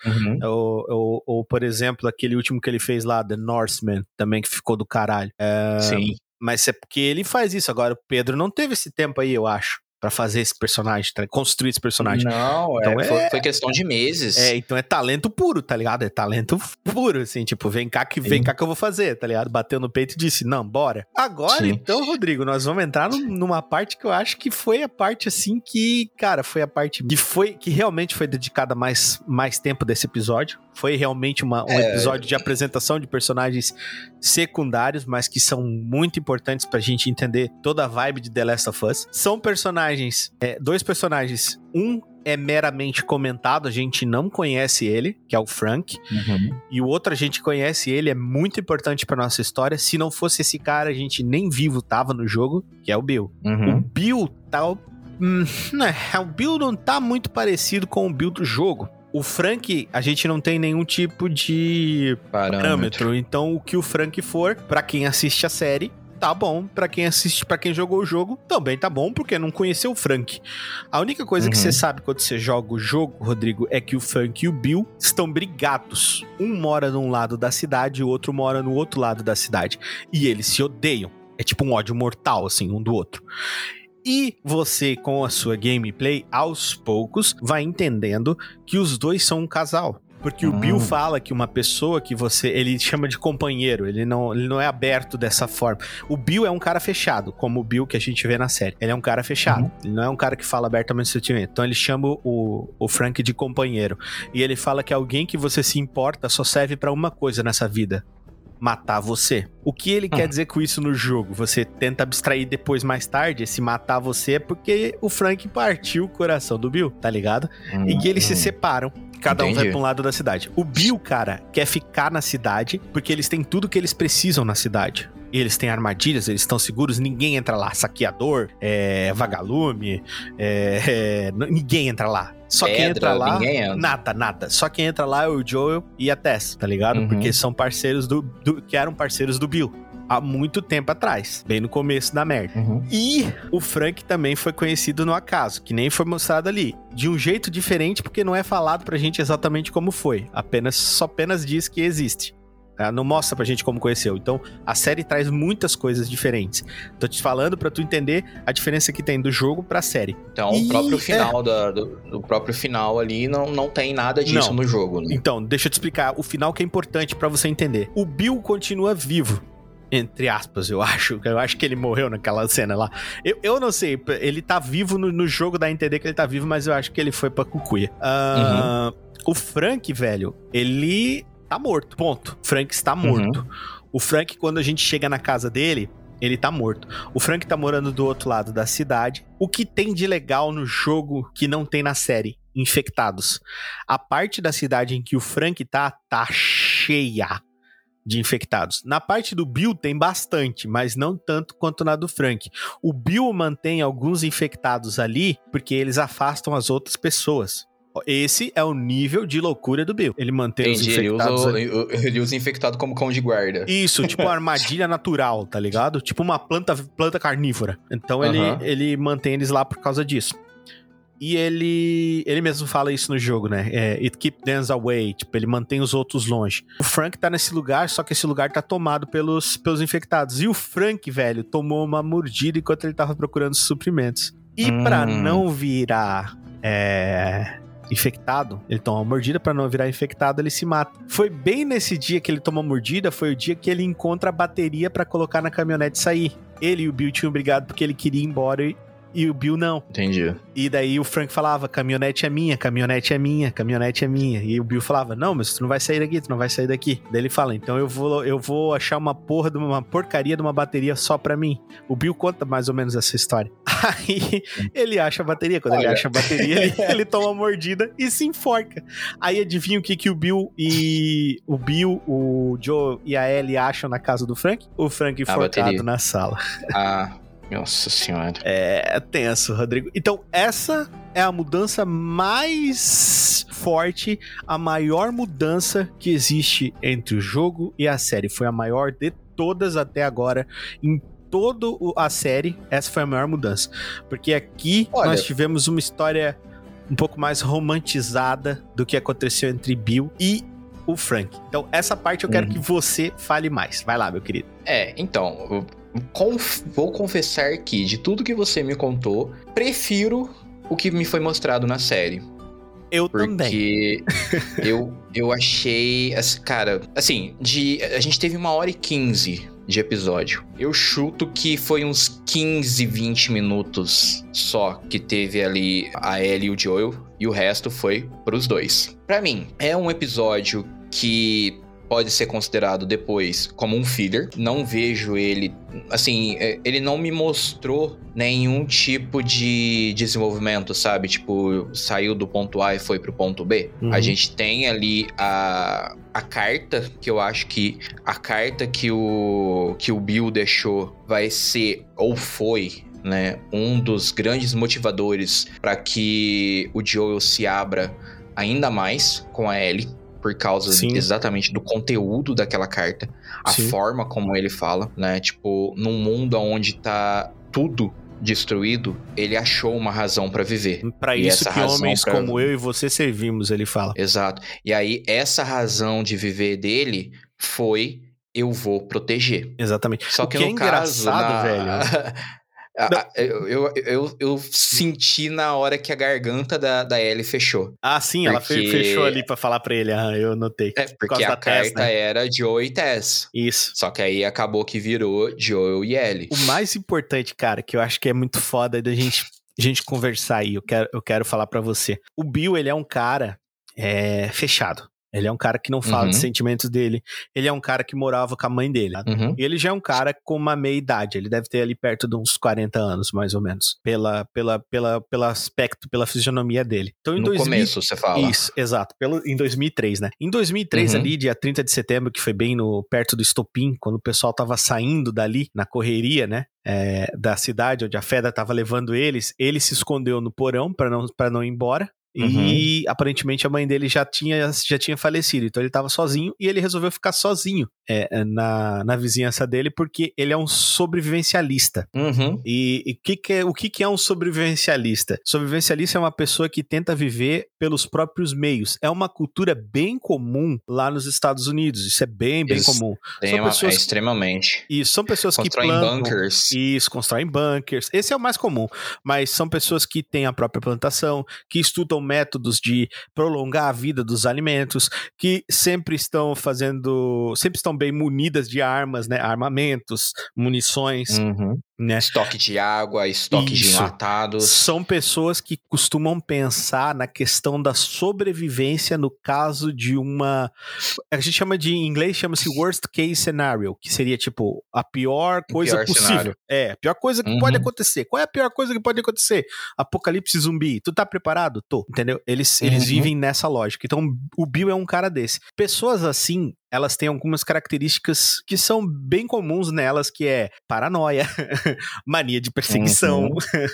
Ou, por exemplo, aquele último que ele fez lá, The Northman, também, que ficou do caralho. Sim. Mas é porque ele faz isso. Agora, o Pedro não teve esse tempo aí, eu acho, pra fazer esse personagem, construir esse personagem. Não, Então foi questão de meses. Então é talento puro, tá ligado? É talento puro, assim, tipo, vem cá que eu vou fazer, tá ligado? Bateu no peito e disse, não, bora. Agora, então, Rodrigo, nós vamos entrar numa parte que eu acho que foi a parte, assim, que, cara, foi a parte que realmente foi dedicada mais tempo desse episódio. Foi realmente um episódio de apresentação de personagens secundários, mas que são muito importantes pra gente entender toda a vibe de The Last of Us. São personagens, 2 personagens, um é meramente comentado, a gente não conhece ele, que é o Frank, e o outro a gente conhece ele, é muito importante pra nossa história. Se não fosse esse cara, a gente nem vivo tava no jogo, que é o Bill. O Bill tá... o Bill não tá muito parecido com o Bill do jogo. O Frank, a gente não tem nenhum tipo de parâmetro. Então, o que o Frank for, pra quem assiste a série, tá bom. Pra quem jogou o jogo, também tá bom, porque não conheceu o Frank. A única coisa que você sabe quando você joga o jogo, Rodrigo, é que o Frank e o Bill estão brigados. Um mora num lado da cidade e o outro mora no outro lado da cidade. E eles se odeiam. É tipo um ódio mortal, assim, um do outro. E você, com a sua gameplay, aos poucos, vai entendendo que os dois são um casal. Porque o Bill fala que uma pessoa que ele chama de companheiro, ele não é aberto dessa forma. O Bill é um cara fechado, como o Bill que a gente vê na série. Ele é um cara fechado, ele não é um cara que fala abertamente sentimento. Então ele chama o Frank de companheiro. E ele fala que alguém que você se importa só serve pra uma coisa nessa vida: matar você. O que ele quer dizer com isso no jogo? Você tenta abstrair depois, mais tarde, esse matar você é porque o Frank partiu o coração do Bill, tá ligado? E que eles se separam. Cada um vai pra um lado da cidade. O Bill, cara, quer ficar na cidade porque eles têm tudo que eles precisam na cidade. E eles têm armadilhas, eles estão seguros, ninguém entra lá. Saqueador, vagalume, ninguém entra lá. Só quem entra lá, nada. Só quem entra lá é o Joel e a Tess, tá ligado? Porque são parceiros que eram parceiros do Bill há muito tempo atrás, bem no começo da merda. E o Frank também foi conhecido no acaso, que nem foi mostrado ali, de um jeito diferente, porque não é falado pra gente exatamente como foi, apenas diz que existe. Não mostra pra gente como conheceu. Então, a série traz muitas coisas diferentes. Tô te falando pra tu entender a diferença que tem do jogo pra série. Então, o próprio final do próprio final ali não tem nada disso no jogo, né? Então, deixa eu te explicar o final, que é importante pra você entender. O Bill continua vivo, entre aspas, eu acho que ele morreu naquela cena lá. Eu não sei, ele tá vivo no jogo, dá a entender que ele tá vivo, mas eu acho que ele foi pra cucuia. O Frank, velho, ele tá morto, ponto. Frank está morto. O Frank, quando a gente chega na casa dele, ele tá morto. O Frank tá morando do outro lado da cidade. O que tem de legal no jogo que não tem na série? Infectados. A parte da cidade em que o Frank tá cheia de infectados. Na parte do Bill tem bastante, mas não tanto quanto na do Frank. O Bill mantém alguns infectados ali porque eles afastam as outras pessoas. Esse é o nível de loucura do Bill. Ele mantém os infectados ele usa infectado como cão de guarda. Isso, tipo uma armadilha natural, tá ligado? Tipo uma planta carnívora. Então ele mantém eles lá por causa disso. E ele mesmo fala isso no jogo, né? It keeps them away. Tipo, ele mantém os outros longe. O Frank tá nesse lugar, só que esse lugar tá tomado pelos infectados. E o Frank, velho, tomou uma mordida enquanto ele tava procurando suprimentos. E pra não virar infectado, ele toma uma mordida, pra não virar infectado, ele se mata. Foi bem nesse dia que ele tomou a mordida, foi o dia que ele encontra a bateria pra colocar na caminhonete e sair. Ele e o Bill tinham brigado porque ele queria ir embora e o Bill não. Entendi. E daí o Frank falava, caminhonete é minha, caminhonete é minha, caminhonete é minha. E o Bill falava, não, mas tu não vai sair daqui, tu não vai sair daqui. Daí ele fala, então eu vou achar uma porcaria de uma bateria só pra mim. O Bill conta mais ou menos essa história. Aí ele acha a bateria, quando ele acha a bateria, ele toma uma mordida e se enforca. Aí adivinha o que o Bill, o Joe e a Ellie acham na casa do Frank? O Frank enforcado na sala. Nossa senhora. É tenso, Rodrigo. Então, essa é a mudança mais forte, a maior mudança que existe entre o jogo e a série. Foi a maior de todas até agora. Em toda a série, essa foi a maior mudança. Porque aqui nós tivemos uma história um pouco mais romantizada do que aconteceu entre Bill e o Frank. Então, essa parte eu quero que você fale mais. Vai lá, meu querido. Então... vou confessar que, de tudo que você me contou, prefiro o que me foi mostrado na série. Eu também. Porque eu achei... Cara, assim, a gente teve 1h15 de episódio. Eu chuto que foi uns 15, 20 minutos só que teve ali a Ellie e o Joel, e o resto foi pros dois. Pra mim, é um episódio que pode ser considerado depois como um filler. Não vejo ele... Assim, ele não me mostrou nenhum tipo de desenvolvimento, sabe? Tipo, saiu do ponto A e foi pro ponto B. Uhum. A gente tem ali a carta, que eu acho que a carta que o Bill deixou vai ser, ou foi, né, um dos grandes motivadores para que o Joel se abra ainda mais com a Ellie. Por causa exatamente do conteúdo daquela carta. A forma como ele fala, né? Tipo, num mundo onde tá tudo destruído, ele achou uma razão pra viver. Pra isso que homens como eu e você servimos, ele fala. Exato. E aí, essa razão de viver dele foi: eu vou proteger. Exatamente. Só que o que no é engraçado, velho... Eu senti na hora que a garganta da Ellie fechou. Ah, sim, ela fechou ali pra falar pra ele. Eu notei. Porque a carta era Joel e Tess. Isso. Só que aí acabou que virou Joel e Ellie. O mais importante, cara, que eu acho que é muito foda da gente conversar aí, eu quero falar pra você. O Bill, ele é um cara fechado. Ele é um cara que não fala de sentimentos dele. Ele é um cara que morava com a mãe dele. E ele já é um cara com uma meia-idade. Ele deve ter ali perto de uns 40 anos, mais ou menos. Pelo aspecto, pela fisionomia dele. Então, começo, você fala. Isso, exato. Em 2003, né? Em 2003, ali, dia 30 de setembro, que foi bem perto do estopim, quando o pessoal tava saindo dali, na correria, né? Da cidade, onde a Fedra tava levando eles, ele se escondeu no porão pra não ir embora. E aparentemente a mãe dele já tinha falecido, então ele tava sozinho e ele resolveu ficar sozinho na vizinhança dele, porque ele é um sobrevivencialista. E o que é um sobrevivencialista? Sobrevivencialista é uma pessoa que tenta viver pelos próprios meios. É uma cultura bem comum lá nos Estados Unidos, isso é bem comum. É extremamente. Isso, são pessoas que plantam bunkers. Isso, constroem bunkers. Esse é o mais comum, mas são pessoas que têm a própria plantação, que estudam métodos de prolongar a vida dos alimentos, que sempre estão bem munidas de armas, né? Armamentos, munições, né? Estoque de água, estoque de enlatados. São pessoas que costumam pensar na questão da sobrevivência no caso de uma... A gente em inglês chama-se worst case scenario, que seria tipo a pior coisa possível. A pior coisa que pode acontecer. Qual é a pior coisa que pode acontecer? Apocalipse zumbi. Tu tá preparado? Tô. Entendeu? Eles vivem nessa lógica. Então, o Bill é um cara desse. Pessoas assim, elas têm algumas características que são bem comuns nelas, que é paranoia, mania de perseguição.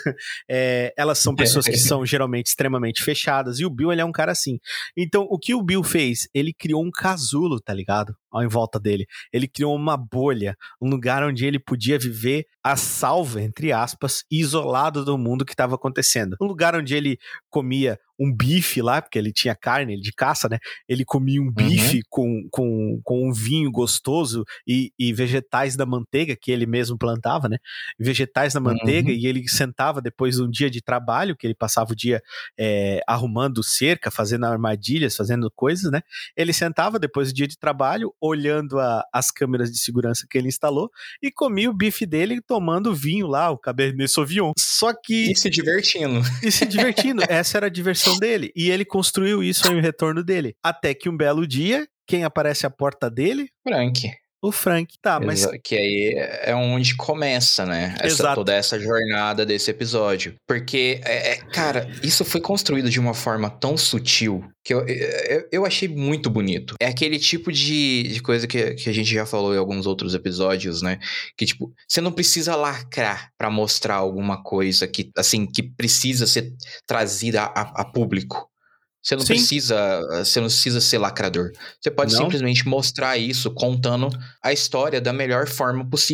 Elas são pessoas que são geralmente extremamente fechadas, e o Bill, ele é um cara assim. Então, o que o Bill fez? Ele criou um casulo, tá ligado? Em volta dele. Ele criou uma bolha, um lugar onde ele podia viver a salvo, entre aspas, isolado do mundo que estava acontecendo. Um lugar onde ele comia um bife lá, porque ele tinha carne de caça, né? Ele comia um bife com um vinho gostoso e vegetais da manteiga, que ele mesmo plantava, né? Vegetais da manteiga, e ele sentava depois de um dia de trabalho, que ele passava o dia arrumando cerca, fazendo armadilhas, fazendo coisas, né? Ele sentava depois do dia de trabalho, olhando as câmeras de segurança que ele instalou, e comia o bife dele tomando vinho lá, o Cabernet Sauvignon. Só que... E se divertindo. Essa era a diversão dele. E ele construiu isso em retorno dele. Até que um belo dia, quem aparece à porta dele? Frank. O Frank, tá, mas... Que aí é onde começa, né? Toda essa jornada desse episódio. Porque, cara, isso foi construído de uma forma tão sutil que eu achei muito bonito. É aquele tipo de coisa que a gente já falou em alguns outros episódios, né? Que, tipo, você não precisa lacrar pra mostrar alguma coisa que, assim, que precisa ser trazida a público. Você não precisa ser lacrador. Você pode simplesmente mostrar isso contando a história da melhor forma possível.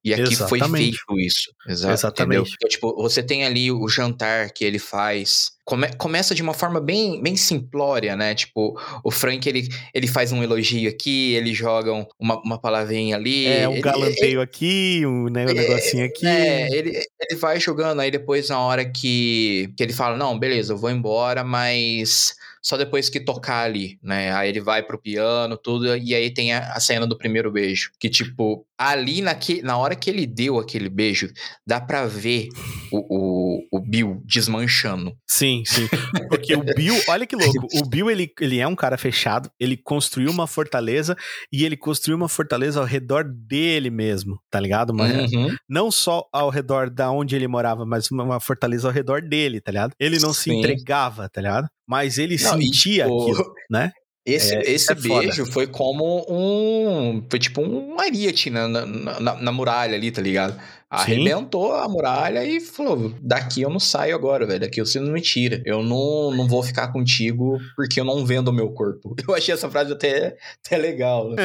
E aqui foi Exatamente. feito isso. Exatamente. Entendeu? Então, tipo, você tem ali o jantar que ele faz. Começa de uma forma bem, bem simplória, né? Tipo, o Frank, ele faz um elogio aqui, ele joga uma palavrinha ali. Um galanteio aqui, um negocinho aqui. Ele vai jogando, aí depois na hora que ele fala, não, beleza, eu vou embora, mas só depois que tocar ali, né? Aí ele vai pro piano, tudo, e aí tem a cena do primeiro beijo. Que, tipo, ali na hora que ele deu aquele beijo, dá pra ver o Bill desmanchando. Sim. Porque o Bill, olha que louco, o Bill, ele é um cara fechado, ele construiu uma fortaleza, e ele construiu uma fortaleza ao redor dele mesmo, tá ligado? Não só ao redor da onde ele morava, mas uma fortaleza ao redor dele, tá ligado? Ele não se entregava, tá ligado? Mas ele sentia aquilo, né? Esse beijo foi como foi tipo um ariete na muralha ali, tá ligado? Arrebentou a muralha e falou, daqui eu não saio agora, velho, daqui você não me tira. Eu não vou ficar contigo porque eu não vendo o meu corpo. Eu achei essa frase até legal, né?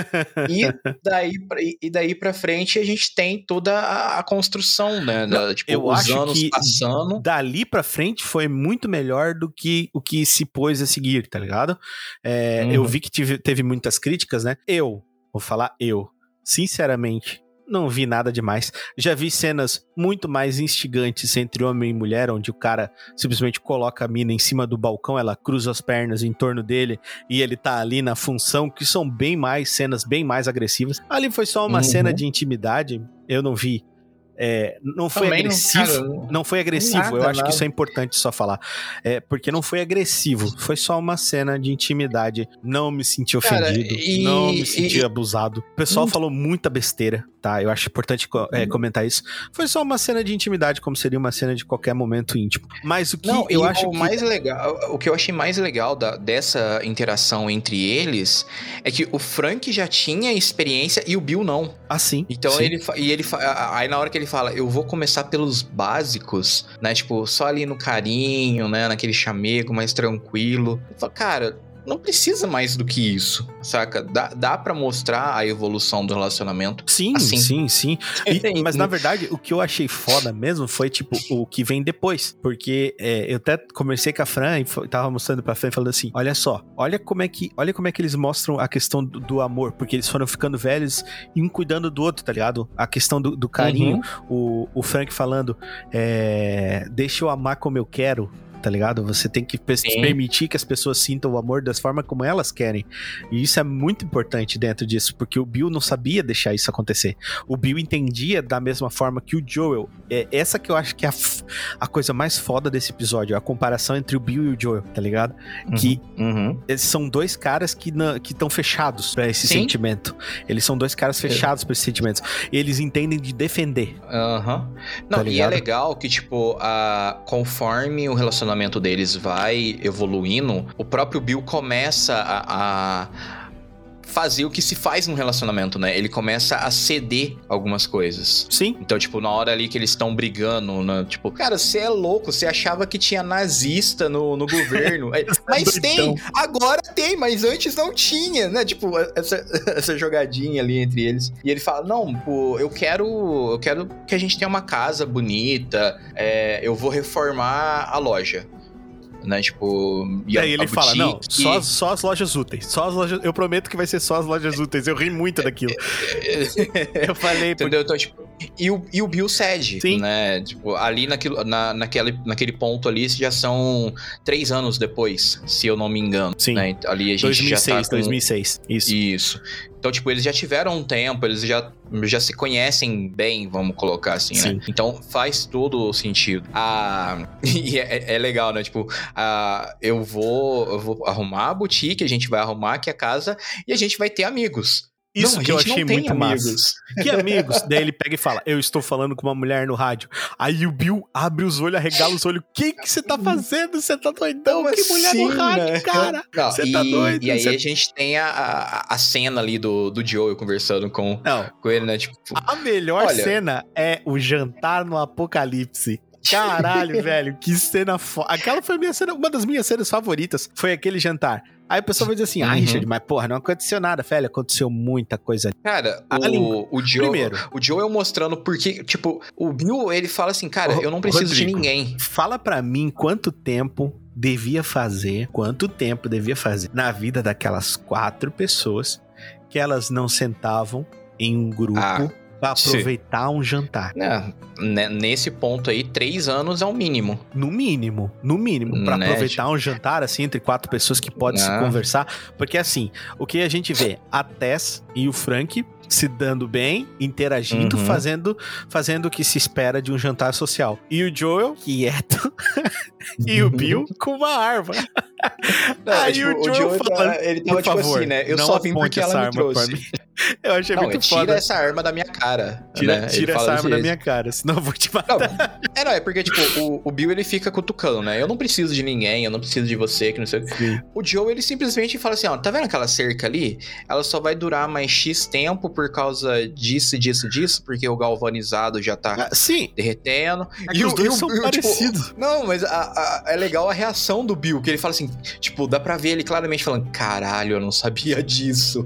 E daí pra frente a gente tem toda a construção, né? Tipo, eu os acho anos que passando. Dali pra frente foi muito melhor do que o que se pôs a seguir, tá ligado? Eu vi que teve muitas críticas, né? Vou falar sinceramente, não vi nada demais. Já vi cenas muito mais instigantes entre homem e mulher, onde o cara simplesmente coloca a mina em cima do balcão, ela cruza as pernas em torno dele e ele tá ali na função, que são cenas bem mais agressivas. Ali foi só uma cena de intimidade, eu não vi. Não foi Também agressivo. Não foi agressivo. Eu acho que isso é importante só falar. Porque não foi agressivo. Foi só uma cena de intimidade. Não me senti ofendido. Não me senti abusado. O pessoal falou muita besteira, tá? Eu acho importante comentar isso. Foi só uma cena de intimidade, como seria uma cena de qualquer momento íntimo. Mas o que eu acho que... mais legal, o que eu achei mais legal dessa interação entre eles é que o Frank já tinha experiência e o Bill não. Sim. Então sim. Aí na hora que ele fala, eu vou começar pelos básicos, né? Tipo, só ali no carinho, né? Naquele chamego mais tranquilo. Eu falo, cara, não precisa mais do que isso, saca? Dá pra mostrar a evolução do relacionamento. Sim. Mas na verdade, o que eu achei foda mesmo foi, tipo, o que vem depois. Porque eu até conversei com a Fran e tava mostrando pra Fran falando assim, olha só, olha como é que eles mostram a questão do amor, porque eles foram ficando velhos e um cuidando do outro, tá ligado? A questão do carinho, o Frank falando, deixa eu amar como eu quero, tá ligado? Você tem que permitir que as pessoas sintam o amor das formas como elas querem. E isso é muito importante dentro disso, porque o Bill não sabia deixar isso acontecer. O Bill entendia da mesma forma que o Joel. Essa que eu acho que é a coisa mais foda desse episódio, a comparação entre o Bill e o Joel, tá ligado? Que eles são dois caras que estão fechados pra esse sentimento. Eles são dois caras fechados pra esses sentimentos. Eles entendem de defender. Não, tá e é legal que, tipo, conforme o relacionamento deles vai evoluindo, o próprio Bill começa a fazer o que se faz num relacionamento, né? Ele começa a ceder algumas coisas. Sim. Então, tipo, na hora ali que eles estão brigando, né? Tipo, cara, você é louco, você achava que tinha nazista no governo. Mas tem, agora tem, mas antes não tinha, né? Tipo, essa jogadinha ali entre eles. E ele fala, não, pô, eu quero que a gente tenha uma casa bonita, eu vou reformar a loja. Né, tipo... E aí ele fala, não, só as lojas úteis. Eu prometo que vai ser só as lojas úteis. Eu ri muito daquilo. Eu falei... Entendeu? Então, tipo... E o Bill cede, né? Tipo, ali naquele ponto ali, já são 3 anos depois, se eu não me engano. Sim. Né? Ali a gente 2006, já tá com... 2006. Isso. Então, tipo, eles já tiveram um tempo, eles já se conhecem bem, vamos colocar assim, né? Então, faz todo o sentido. E é legal, né? Tipo, eu vou arrumar a boutique, a gente vai arrumar aqui a casa e a gente vai ter amigos. Isso que eu achei muito massa. Que amigos? Daí ele pega e fala, eu estou falando com uma mulher no rádio. Aí o Bill abre os olhos, arregala os olhos. O que você tá fazendo? Você tá doidão? Que mulher no rádio, né? Cara? Você tá doido? E aí a gente tem a cena ali do Joel conversando com ele, né? Tipo, a melhor cena é o jantar no apocalipse. Caralho, velho, que cena foda. Aquela foi uma das minhas cenas favoritas. Foi aquele jantar. Aí a pessoa vai dizer assim, Richard, mas porra, não aconteceu nada, velho, aconteceu muita coisa. Cara, o Joel mostrando porque, tipo, o Bill, ele fala assim, cara, eu não preciso Rodrigo, de ninguém. Fala pra mim quanto tempo devia fazer na vida daquelas 4 pessoas que elas não sentavam em um grupo pra aproveitar um jantar. Nesse ponto aí, 3 anos é o mínimo. No mínimo. Pra aproveitar um jantar, assim, entre 4 pessoas que podem se conversar. Porque, assim, o que a gente vê? A Tess e o Frank se dando bem, interagindo, fazendo o que se espera de um jantar social. E o Joel, quieto, e o Bill com uma arma. Aí tipo, o Joel fala, ele tava tipo favor, assim, né? Eu só vim porque ela me trouxe. Eu achei muito foda. Tira essa arma da minha cara. Tira essa arma da minha cara, senão eu vou te matar. É porque, tipo, o Bill, ele fica cutucando, né? Eu não preciso de ninguém, eu não preciso de você, que não sei o que. O Joe, ele simplesmente fala assim, ó, tá vendo aquela cerca ali? Ela só vai durar mais X tempo por causa disso, porque o galvanizado já tá derretendo. E os dois são parecidos. Tipo, não, mas é legal a reação do Bill, que ele fala assim, tipo, dá pra ver ele claramente falando, caralho, eu não sabia disso.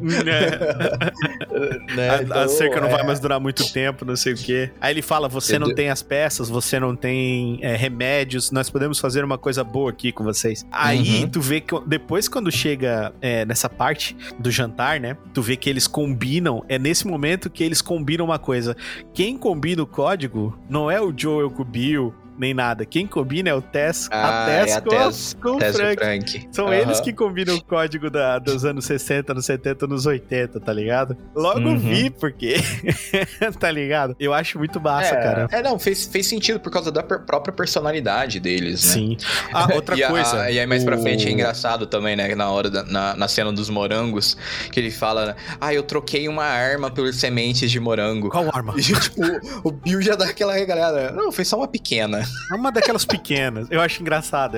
A cerca não vai mais durar muito tempo, não sei o quê. Aí ele fala, você não tem as peças, você não tem remédios, nós podemos fazer uma coisa boa aqui com vocês. Aí tu vê que depois quando chega nessa parte do jantar, né, tu vê que eles combinam, é nesse momento que eles combinam uma coisa. Quem combina o código não é o Joel com o Bill, nem nada. Quem combina é o Tess, com o Frank. São eles que combinam o código dos anos 60, anos 70, anos 80, tá ligado? Logo vi, porque... tá ligado? Eu acho muito massa, cara. Não, fez sentido por causa da própria personalidade deles, né? Sim. Outra coisa... E aí mais pra frente é engraçado também, né? Na hora, na cena dos morangos, que ele fala, eu troquei uma arma por sementes de morango. Qual arma? E, tipo, o Bill já dá aquela regalada. Não, foi só uma pequena. É uma daquelas pequenas. Eu acho engraçado.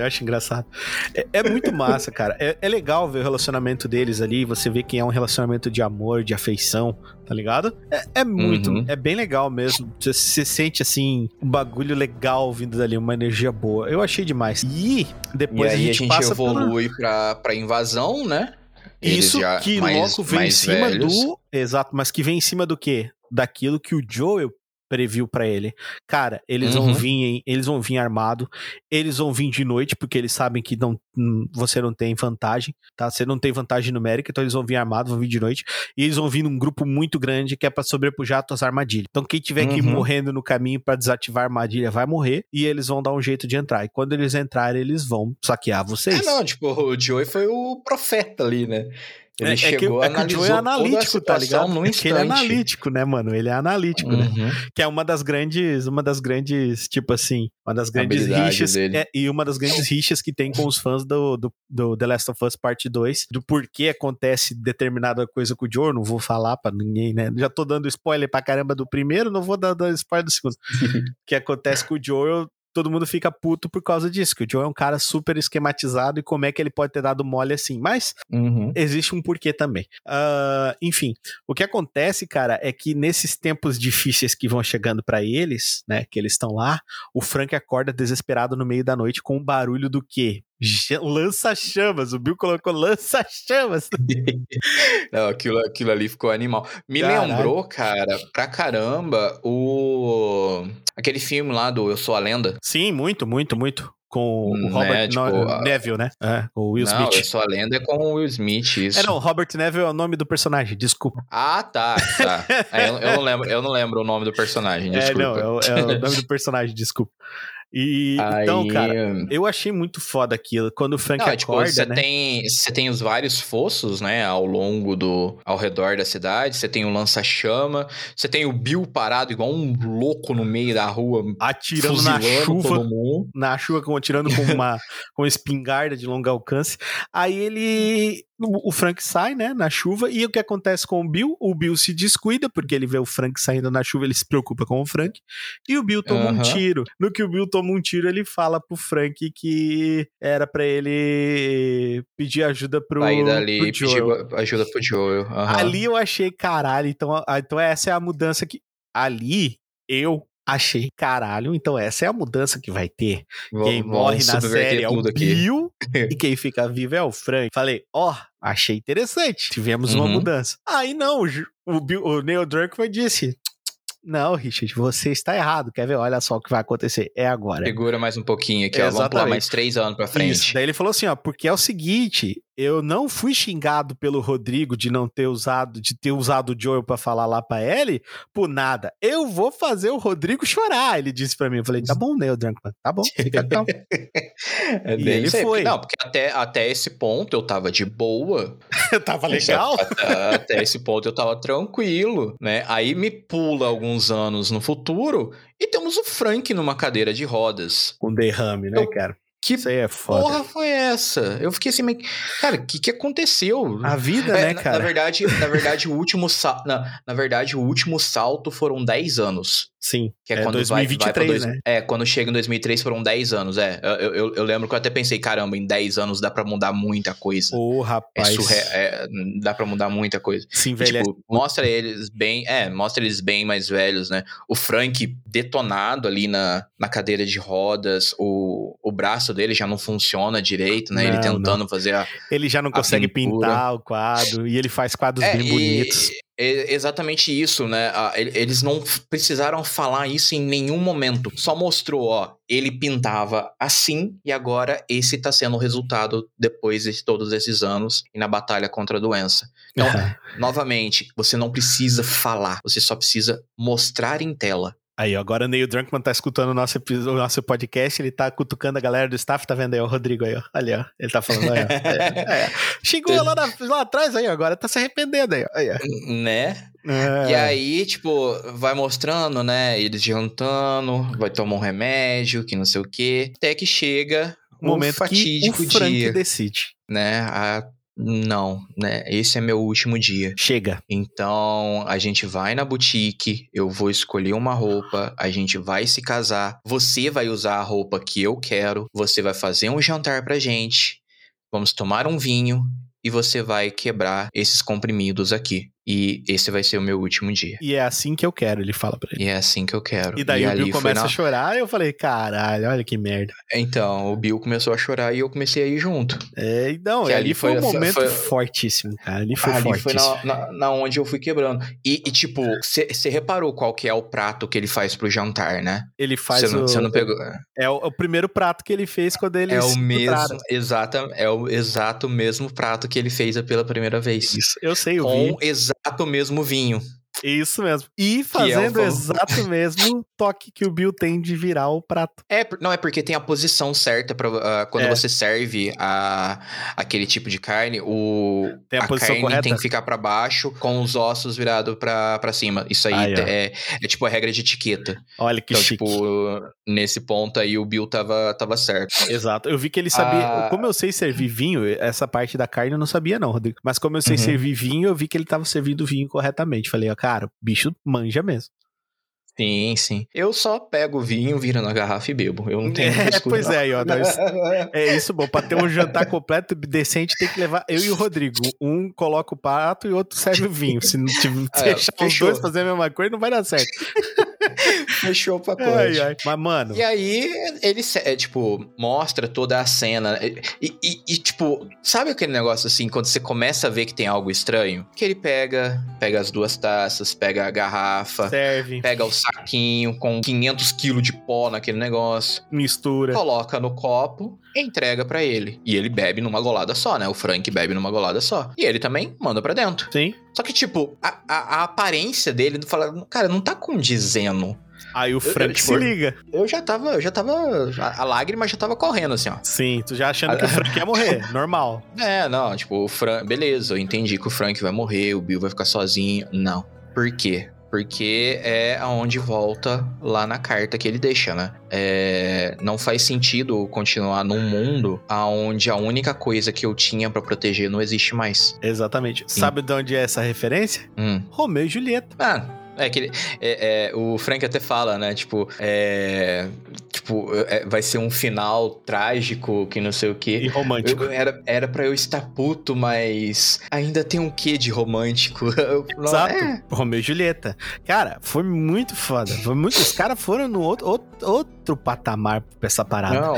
É muito massa, cara. É legal ver o relacionamento deles ali. Você vê que é um relacionamento de amor, de afeição, tá ligado? É muito... É bem legal mesmo. Você sente, assim, um bagulho legal vindo dali, uma energia boa. Eu achei demais. E depois aí a gente passa evolui pra invasão, né? Isso que logo vem em cima do... Exato, mas que vem em cima do quê? Daquilo que o Joel previu pra ele. Cara, eles vão vir armado, eles vão vir de noite, porque eles sabem que você não tem vantagem, tá? Você não tem vantagem numérica, então eles vão vir armados, vão vir de noite, e eles vão vir num grupo muito grande que é pra sobrepujar as tuas armadilhas. Então quem tiver que ir morrendo no caminho pra desativar a armadilha vai morrer, e eles vão dar um jeito de entrar. E quando eles entrarem, eles vão saquear vocês. Tipo, o Joey foi o profeta ali, né? Ele chegou, analisou o Joey é analítico, tá ligado? No instante. Ele é analítico, né, mano? Ele é analítico, né? Que é uma das grandes, tipo assim, uma das grandes rixas, e uma das grandes rixas que tem com os fãs do The Last of Us Parte 2, do porquê acontece determinada coisa com o Joel, não vou falar pra ninguém, né? Já tô dando spoiler pra caramba do primeiro, não vou dar spoiler do segundo. Que acontece com o Joel, todo mundo fica puto por causa disso, que o Joe é um cara super esquematizado e como é que ele pode ter dado mole assim, mas existe um porquê também. Enfim, o que acontece, cara, é que nesses tempos difíceis que vão chegando pra eles, né, que eles estão lá, o Frank acorda desesperado no meio da noite com um barulho do quê? Lança-chamas, o Bill colocou lança-chamas. Não, aquilo ali ficou animal. Me lembrou, cara, pra caramba, aquele filme lá do Eu Sou a Lenda. Sim, muito. Com o Robert Neville, né? O Will Smith. Não, Eu Sou a Lenda é com o Will Smith, isso. Não, Robert Neville é o nome do personagem, desculpa. Tá. Eu não lembro o nome do personagem, desculpa. É o nome do personagem, desculpa. Então, cara, eu achei muito foda aquilo. Quando o Frank acorda, você tem os vários fossos, né, ao redor da cidade. Você tem o lança-chama. Você tem o Bill parado igual um louco no meio da rua, atirando na chuva, atirando com uma espingarda de longo alcance. Aí o Frank sai, né, na chuva, e o que acontece com o Bill? O Bill se descuida, porque ele vê o Frank saindo na chuva, ele se preocupa com o Frank, e o Bill toma um tiro. No que o Bill toma um tiro, ele fala pro Frank que era pra ele pedir ajuda pro Joel. Pedir ajuda pro Joel. Ali eu achei, caralho, então essa é a mudança que... Ali, eu Achei, caralho, então essa é a mudança que vai ter. Quem Vamos morre na subverter série é o tudo aqui. Bill e quem fica vivo é o Frank. Falei, achei interessante. Tivemos uma mudança. Aí não, o Neil Druckmann disse... Não, Richard, você está errado. Quer ver? Olha só o que vai acontecer. É agora. Segura mais um pouquinho aqui, ó. Vamos pular mais 3 anos pra frente. Isso. Daí ele falou assim, porque é o seguinte... Eu não fui xingado pelo Rodrigo de ter usado o Joel pra falar lá pra Ellie por nada. Eu vou fazer o Rodrigo chorar, ele disse pra mim. Eu falei, tá bom, Neil Druckmann, tá bom, fica calmo. E ele foi. Não, porque até esse ponto eu tava de boa. Eu tava legal. Até esse ponto eu tava tranquilo, né? Aí me pula alguns anos no futuro e temos o Frank numa cadeira de rodas. Com derrame, né, cara? Que isso aí é foda. Porra foi essa? Eu fiquei assim, mas, cara, o que aconteceu? A vida, né, cara? Na verdade, o último salto foram 10 anos. Sim, que é quando 2023, né? Quando chega em 2003 foram 10 anos, Eu lembro que eu até pensei, caramba, em 10 anos dá pra mudar muita coisa. Rapaz. Dá pra mudar muita coisa. Sim, velho. Tipo, mostra eles bem mais velhos, né? O Frank detonado ali na cadeira de rodas, o braço dele já não funciona direito, né? Ele tentando fazer ele já não consegue pintar o quadro, e ele faz quadros bem bonitos. Exatamente isso, né? Eles não precisaram falar isso em nenhum momento. Só mostrou, ele pintava assim e agora esse tá sendo o resultado depois de todos esses anos e na batalha contra a doença. Então, novamente, você não precisa falar, você só precisa mostrar em tela. Aí, agora o Neil Druckmann tá escutando o nosso podcast, ele tá cutucando a galera do staff, tá vendo aí, o Rodrigo aí, ó. Ali, ó. Ele tá falando aí, ó. Xingou lá atrás aí, agora tá se arrependendo aí, ó. Né? E aí, tipo, vai mostrando, né, eles jantando, vai tomar um remédio, que não sei o quê, até que chega o momento fatídico que o Frank dia, decide. Né, não, né? Esse é meu último dia. Chega. Então, a gente vai na boutique, eu vou escolher uma roupa, a gente vai se casar, você vai usar a roupa que eu quero, você vai fazer um jantar pra gente, vamos tomar um vinho e você vai quebrar esses comprimidos aqui. E esse vai ser o meu último dia. E é assim que eu quero, ele fala pra ele. E é assim que eu quero. E daí o Bill começa a chorar e eu falei, caralho, olha que merda. Então, o Bill começou a chorar e eu comecei a ir junto. Então, ali foi um momento fortíssimo, cara. Ali foi fortíssimo. Foi na onde eu fui quebrando. E tipo, você reparou qual que é o prato que ele faz pro jantar, né? Ele faz Você não pegou? É o primeiro prato que ele fez quando ele é o exato mesmo prato que ele fez pela primeira vez. Isso, eu sei, eu vi. Com exato mesmo vinho. Isso mesmo. E fazendo o exato mesmo toque que o Bill tem de virar o prato. Não, é porque tem a posição certa pra quando você serve aquele tipo de carne, tem a posição carne correta? tem que ficar pra baixo com os ossos virados pra cima. Isso aí é tipo a regra de etiqueta. Olha que chique. Tipo, nesse ponto aí o Bill tava certo. Exato. Eu vi que ele sabia... Como eu sei servir vinho, essa parte da carne eu não sabia não, Rodrigo. Mas como eu sei servir vinho, eu vi que ele tava servindo vinho corretamente. Falei, cara, o bicho manja mesmo. Sim, sim. Eu só pego o vinho, viro na garrafa e bebo. Eu não tenho pois é, aí, ó. É isso, bom. Pra ter um jantar completo decente, tem que levar eu e o Rodrigo. Um coloca o prato e o outro serve o vinho. Se não deixar os dois fazer a mesma coisa, não vai dar certo. Fechou o pacote. Mas, mano... E aí, ele, tipo, mostra toda a cena. E, tipo, sabe aquele negócio assim, quando você começa a ver que tem algo estranho? Que ele pega as 2 taças, pega a garrafa, serve, pega o saquinho com 500 quilos de pó naquele negócio, mistura, coloca no copo e entrega pra ele. E ele bebe numa golada só, né? O Frank bebe numa golada só. E ele também manda pra dentro. Sim. Só que, tipo, a aparência dele fala, cara, não tá condizendo. Aí o Frank se liga. Eu já tava. A lágrima já tava correndo, assim, ó. Sim, tu já achando que o Frank ia morrer. Normal. Não, tipo, o Frank. Beleza, eu entendi que o Frank vai morrer, o Bill vai ficar sozinho. Não. Por quê? Porque é aonde volta lá na carta que ele deixa, né? Não faz sentido continuar num mundo onde a única coisa que eu tinha pra proteger não existe mais. Exatamente. Sim. Sabe de onde é essa referência? Romeu e Julieta. O Frank até fala, né? Tipo, tipo, vai ser um final trágico, que não sei o quê. E romântico. Era pra eu estar puto, mas ainda tem um quê de romântico. Exato, Romeu e Julieta. Cara, foi muito foda. Os caras foram no outro patamar pra essa parada. Não,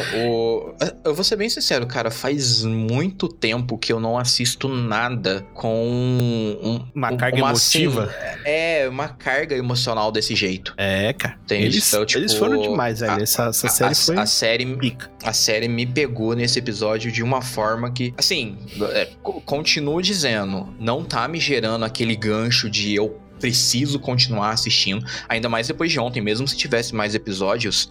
eu vou ser bem sincero, cara, faz muito tempo que eu não assisto nada com uma carga emotiva. Assim, uma carga emocional desse jeito. Cara. Entende? Então, tipo, eles foram demais, velho. Essa série foi pica. A série me pegou nesse episódio de uma forma que, assim, continuo dizendo, não tá me gerando aquele gancho de eu preciso continuar assistindo, ainda mais depois de ontem, mesmo se tivesse mais episódios,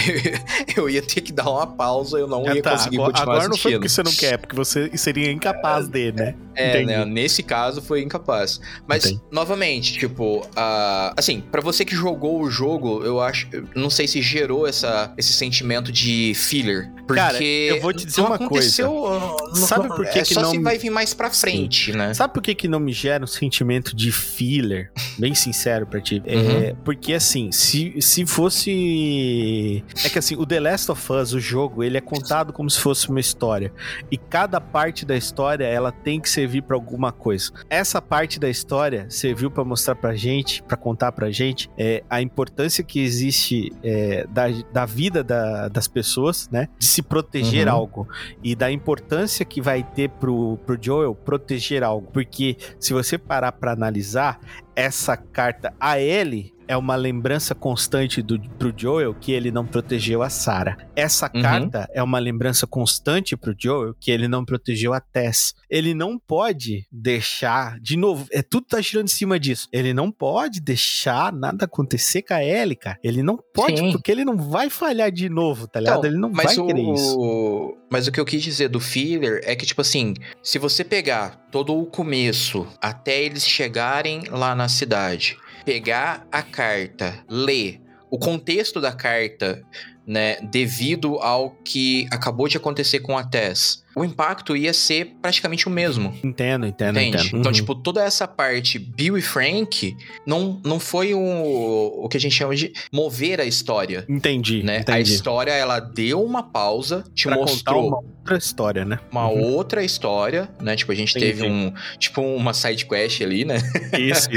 eu ia ter que dar uma pausa, eu não ia conseguir continuar agora assistindo. Não foi porque você não quer, porque você seria incapaz de, né? Né? Nesse caso foi incapaz. Mas, novamente, tipo, assim, pra você que jogou o jogo, eu acho, não sei se gerou esse sentimento de filler, porque cara, eu vou te dizer uma coisa. Sabe por que só não se vai vir mais pra frente, né? Sabe por que não me gera um sentimento de filler? Bem sincero pra ti. Porque, assim, se fosse... É que, assim, o The Last of Us, o jogo, ele é contado como se fosse uma história. E cada parte da história, ela tem que servir pra alguma coisa. Essa parte da história serviu pra mostrar pra gente, pra contar pra gente, a importância que existe da vida das pessoas, né? De se proteger algo. E da importância que vai ter pro Joel proteger algo. Porque se você parar pra analisar, essa carta a ele é uma lembrança constante pro Joel que ele não protegeu a Sarah. Essa carta é uma lembrança constante pro Joel que ele não protegeu a Tess. Ele não pode deixar, de novo, tudo tá girando em cima disso. Ele não pode deixar nada acontecer com a Ellie, cara. Ele não pode, porque ele não vai falhar de novo, tá ligado? Então, ele não vai querer isso. Mas o que eu quis dizer do filler é que, tipo assim, se você pegar todo o começo até eles chegarem lá na cidade, pegar a carta, ler o contexto da carta, né, devido ao que acabou de acontecer com a Tess, o impacto ia ser praticamente o mesmo. Entendo. Então, tipo, toda essa parte Bill e Frank não foi o que a gente chama de mover a história. Entendi. A história, ela deu uma pausa, te mostrou uma outra história, né? Uma outra história, né? Tipo, a gente teve uma side quest ali, né? Isso.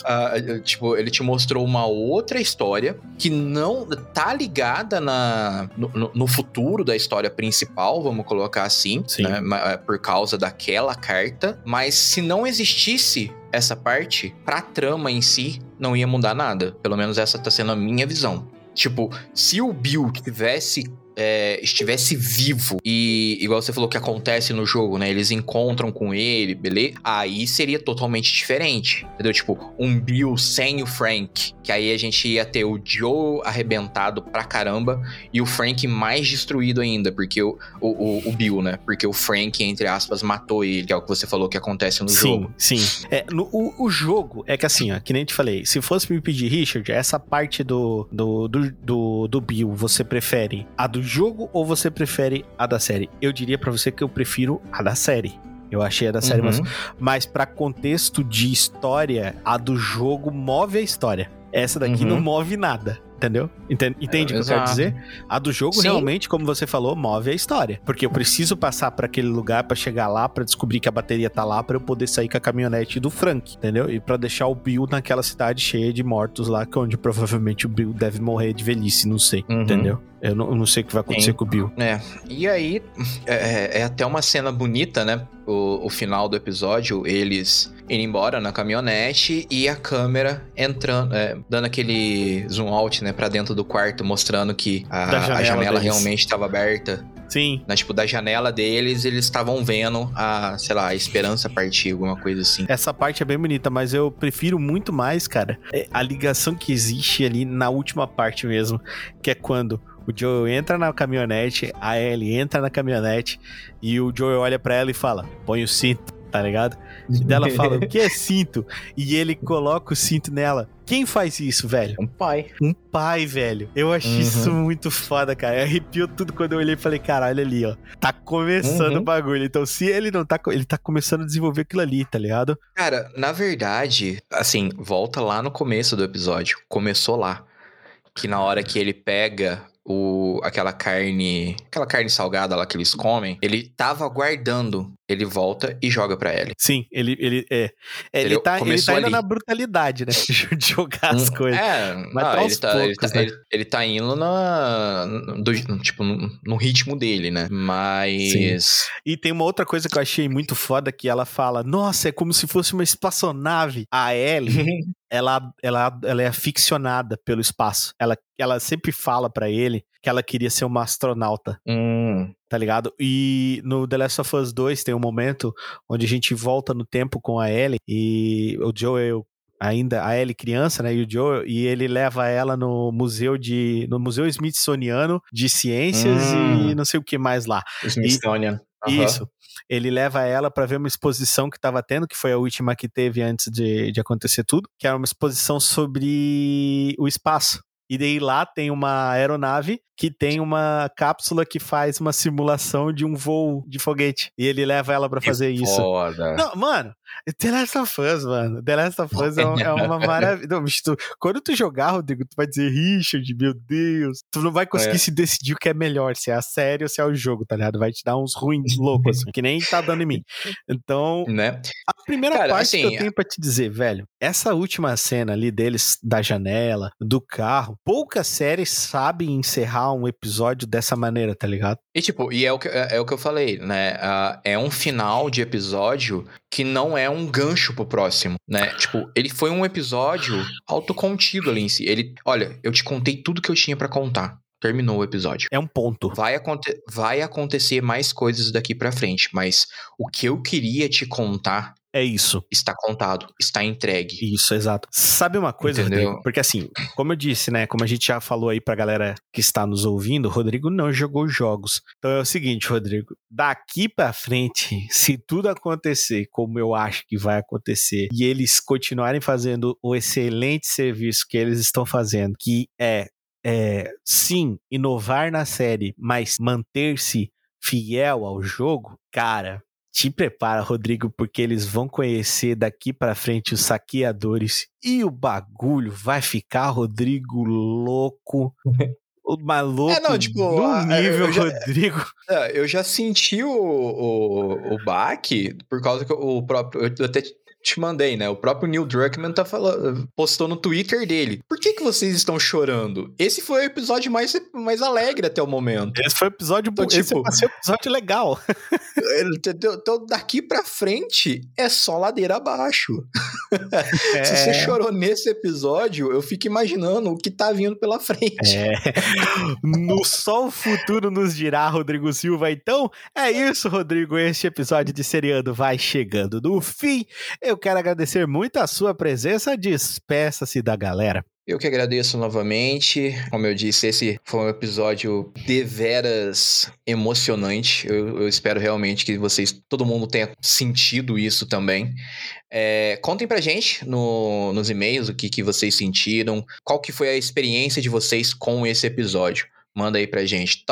Tipo, ele te mostrou uma outra história que não tá ligada no futuro da história principal, vamos colocar assim. Sim. Né? Por causa daquela carta, mas se não existisse essa parte, pra trama em si, não ia mudar nada. Pelo menos essa tá sendo a minha visão. Tipo, se o Bill estivesse vivo e, igual você falou que acontece no jogo, né? Eles encontram com ele, beleza? Aí seria totalmente diferente, entendeu? Tipo, um Bill sem o Frank, que aí a gente ia ter o Joe arrebentado pra caramba e o Frank mais destruído ainda, porque o Bill, né? Porque o Frank, entre aspas, matou ele, que é o que você falou que acontece no jogo. Sim. O jogo é que assim, ó, que nem te falei, se fosse me pedir, Richard, essa parte do Bill, você prefere a do jogo ou você prefere a da série? Eu diria pra você que eu prefiro a da série. Eu achei a da série mas pra contexto de história, a do jogo move a história. Essa daqui não move nada. Entendeu? Entende o que eu quero dizer? A do jogo, realmente, como você falou, move a história. Porque eu preciso passar pra aquele lugar pra chegar lá, pra descobrir que a bateria tá lá, pra eu poder sair com a caminhonete do Frank, entendeu? E pra deixar o Bill naquela cidade cheia de mortos lá, que onde provavelmente o Bill deve morrer de velhice, não sei, entendeu? Eu não sei o que vai acontecer com o Bill. E aí, é até uma cena bonita, né? O final do episódio, eles indo embora na caminhonete e a câmera entrando, dando aquele zoom out, né, pra dentro do quarto, mostrando que a janela realmente estava aberta. Sim. Tipo, da janela deles, eles estavam vendo a esperança partir, alguma coisa assim. Essa parte é bem bonita, mas eu prefiro muito mais, cara, a ligação que existe ali na última parte mesmo, que é quando o Joel entra na caminhonete, a Ellie entra na caminhonete e o Joel olha pra ela e fala, põe o cinto, tá ligado? E dela fala, o que é cinto? E ele coloca o cinto nela. Quem faz isso, velho? Um pai. Um pai, velho. Eu achei isso muito foda, cara. Arrepiou tudo quando eu olhei e falei, caralho, ali, ó. Tá começando o bagulho. Então, se ele não tá... Ele tá começando a desenvolver aquilo ali, tá ligado? Cara, na verdade, assim, volta lá no começo do episódio. Começou lá. Que na hora que ele pega aquela carne salgada lá que eles comem, ele tava guardando. Ele volta e joga pra Ellie. Sim, ele tá indo na brutalidade, né? De jogar as coisas. Mas tá aos poucos, né? Ele tá indo no ritmo dele, né? Mas... Sim. E tem uma outra coisa que eu achei muito foda, que ela fala, nossa, é como se fosse uma espaçonave. A Ellie, ela é aficionada pelo espaço. Ela sempre fala pra ele que ela queria ser uma astronauta. Tá ligado? E no The Last of Us 2 tem um momento onde a gente volta no tempo com a Ellie e o Joel, ainda a Ellie criança, né? E o Joel, e ele leva ela no Museu Smithsoniano de Ciências e não sei o que mais lá. Smithsonian. Isso. Ele leva ela pra ver uma exposição que tava tendo, que foi a última que teve antes de acontecer tudo, que era uma exposição sobre o espaço. E daí lá tem uma aeronave que tem uma cápsula que faz uma simulação de um voo de foguete. E ele leva ela pra fazer isso. Foda. Não, mano, The Last of Us, mano. The Last of Us é uma maravilha. Não, quando tu jogar, Rodrigo, tu vai dizer, Richard, meu Deus. Tu não vai conseguir se decidir o que é melhor, se é a série ou se é o jogo, tá ligado? Vai te dar uns ruins loucos, assim, que nem tá dando em mim. Então, né? A primeira parte assim, que eu tenho pra te dizer, velho, essa última cena ali deles, da janela, do carro, poucas séries sabem encerrar um episódio dessa maneira, tá ligado? E tipo, é o que eu falei, né? É um final de episódio que não é um gancho pro próximo, né? Tipo, ele foi um episódio autocontido ali em si. Olha, eu te contei tudo que eu tinha pra contar. Terminou o episódio. É um ponto. Vai acontecer mais coisas daqui pra frente, mas o que eu queria te contar... É isso. Está contado, está entregue. Isso, exato. Sabe uma coisa, entendeu? Rodrigo? Porque assim, como eu disse, né? Como a gente já falou aí pra galera que está nos ouvindo, o Rodrigo não jogou jogos. Então é o seguinte, Rodrigo. Daqui pra frente, se tudo acontecer como eu acho que vai acontecer, e eles continuarem fazendo o excelente serviço que eles estão fazendo, que sim, inovar na série, mas manter-se fiel ao jogo, cara... Te prepara, Rodrigo, porque eles vão conhecer daqui pra frente os saqueadores e o bagulho vai ficar, Rodrigo, louco. O maluco no nível, Rodrigo. Eu já senti o baque por causa que o próprio... Eu até te mandei, né? O próprio Neil Druckmann postou no Twitter dele. Por que vocês estão chorando? Esse foi o episódio mais alegre até o momento. Esse foi o episódio... Então, esse vai ser um episódio legal. Então, daqui pra frente, é só ladeira abaixo. Se você chorou nesse episódio, eu fico imaginando o que tá vindo pela frente. Só o futuro nos dirá, Rodrigo Silva. Então, é isso, Rodrigo. Este episódio de Seriando vai chegando no fim. Eu quero agradecer muito a sua presença. Despeça-se da galera. Eu que agradeço novamente. Como eu disse, esse foi um episódio deveras emocionante. Eu espero realmente que todo mundo tenha sentido isso também. Contem pra gente nos e-mails o que vocês sentiram, qual que foi a experiência de vocês com esse episódio. Manda aí pra gente,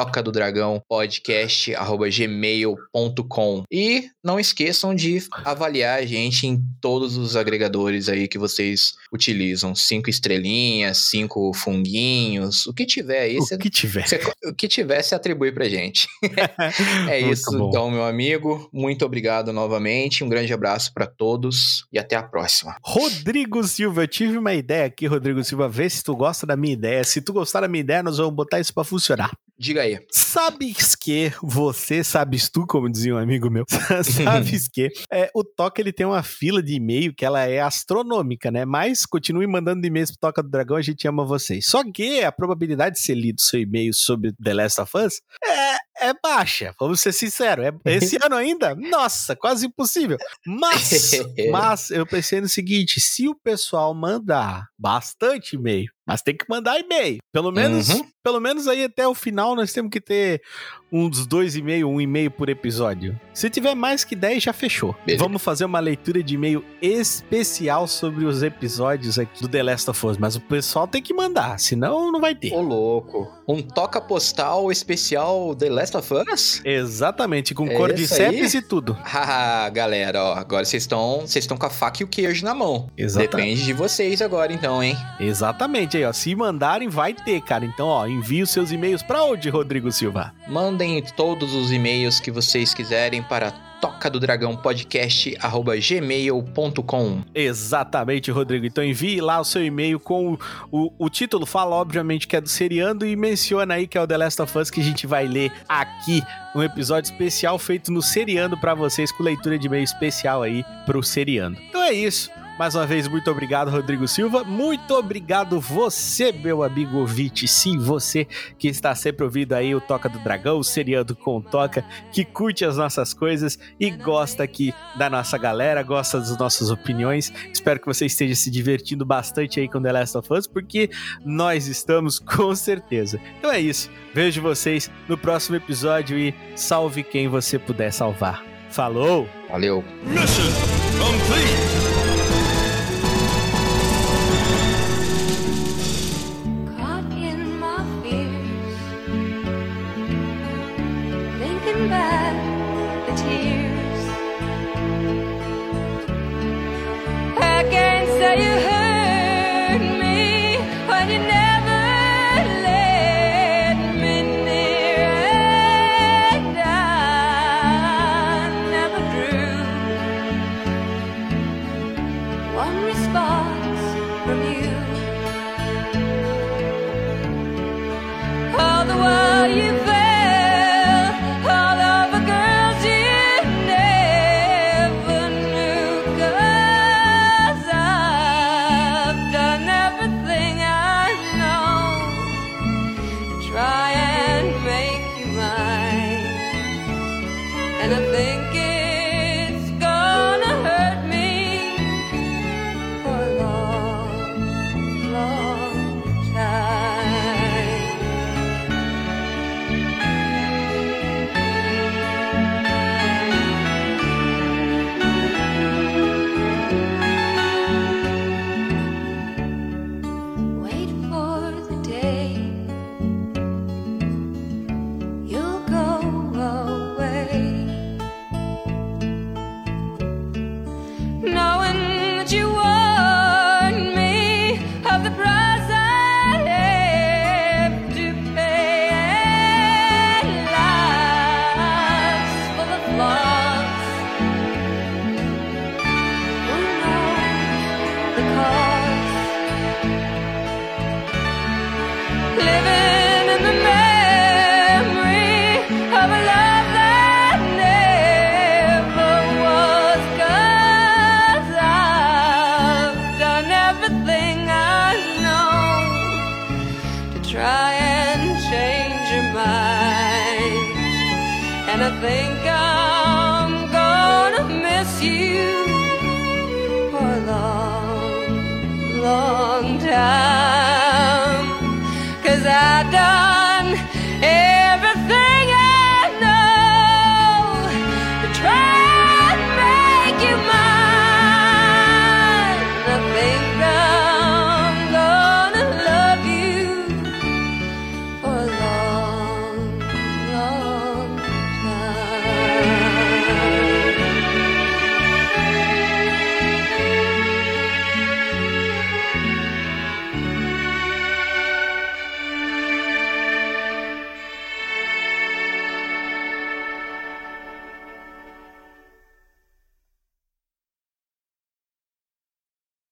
tocadodragãopodcast@gmail.com. E não esqueçam de avaliar a gente em todos os agregadores aí que vocês utilizam. 5 estrelinhas, 5 funguinhos, o que tiver aí. O que tiver, você atribui pra gente. É isso, então, meu amigo. Muito obrigado novamente. Um grande abraço pra todos e até a próxima. Rodrigo Silva, eu tive uma ideia aqui, Rodrigo Silva. Vê se tu gosta da minha ideia. Se tu gostar da minha ideia, nós vamos botar isso pra funcionar. Diga aí. Sabes que sabes tu, como dizia um amigo meu, sabes que o Toca, ele tem uma fila de e-mail que ela é astronômica, né? Mas continue mandando e-mails pro Toca do Dragão, a gente ama vocês. Só que a probabilidade de ser lido seu e-mail sobre The Last of Us é baixa, vamos ser sinceros. Esse ano ainda, nossa, quase impossível. Mas eu pensei no seguinte, se o pessoal mandar bastante e-mail, mas tem que mandar e-mail. Pelo menos aí até o final nós temos que ter uns 2,5, 1,5 por episódio. Se tiver mais que 10, já fechou. Beleza. Vamos fazer uma leitura de e-mail especial sobre os episódios aqui do The Last of Us, mas o pessoal tem que mandar, senão não vai ter. Ô, louco. Um toca postal especial The Last of Us? Exatamente, com É Cordyceps isso aí? e tudo. Haha, galera, ó, agora vocês estão com a faca e o queijo na mão. Exatamente. Depende de vocês agora, então, hein? Exatamente, aí ó, se mandarem vai ter, cara. Então, ó, envie os seus e-mails pra onde, Rodrigo Silva? Mandem todos os e-mails que vocês quiserem para tocadodragãopodcast@gmail.com. Exatamente, Rodrigo. Então envie lá o seu e-mail com o título, fala obviamente que é do Seriando e menciona aí que é o The Last of Us, que a gente vai ler aqui um episódio especial feito no Seriando pra vocês, com leitura de e-mail especial aí pro Seriando. Então é isso. Mais uma vez, muito obrigado, Rodrigo Silva. Muito obrigado você, meu amigo ouvinte. Sim, você que está sempre ouvindo aí o Toca do Dragão, o Seriando com Toca, que curte as nossas coisas e gosta aqui da nossa galera, gosta das nossas opiniões. Espero que você esteja se divertindo bastante aí com The Last of Us, porque nós estamos com certeza. Então é isso. Vejo vocês no próximo episódio e salve quem você puder salvar. Falou! Valeu! Mission complete! Caught in my fears, thinking back the tears. I can't say you hurt me when you never let me near, and I never drew one response from you. All the while you fell all over girls you never knew, 'cause I've done everything I know to try and make you mine, and I think it's gonna hurt me for a long, long time. Wait for the day you'll go away, knowing that you warned me of the price I have to pay, and life's full of flaws. Who knows the cause? Living in the memory of a love that never was, 'cause I've done everything I know to try and change your mind, and I think I'm gonna miss you for a long, long time.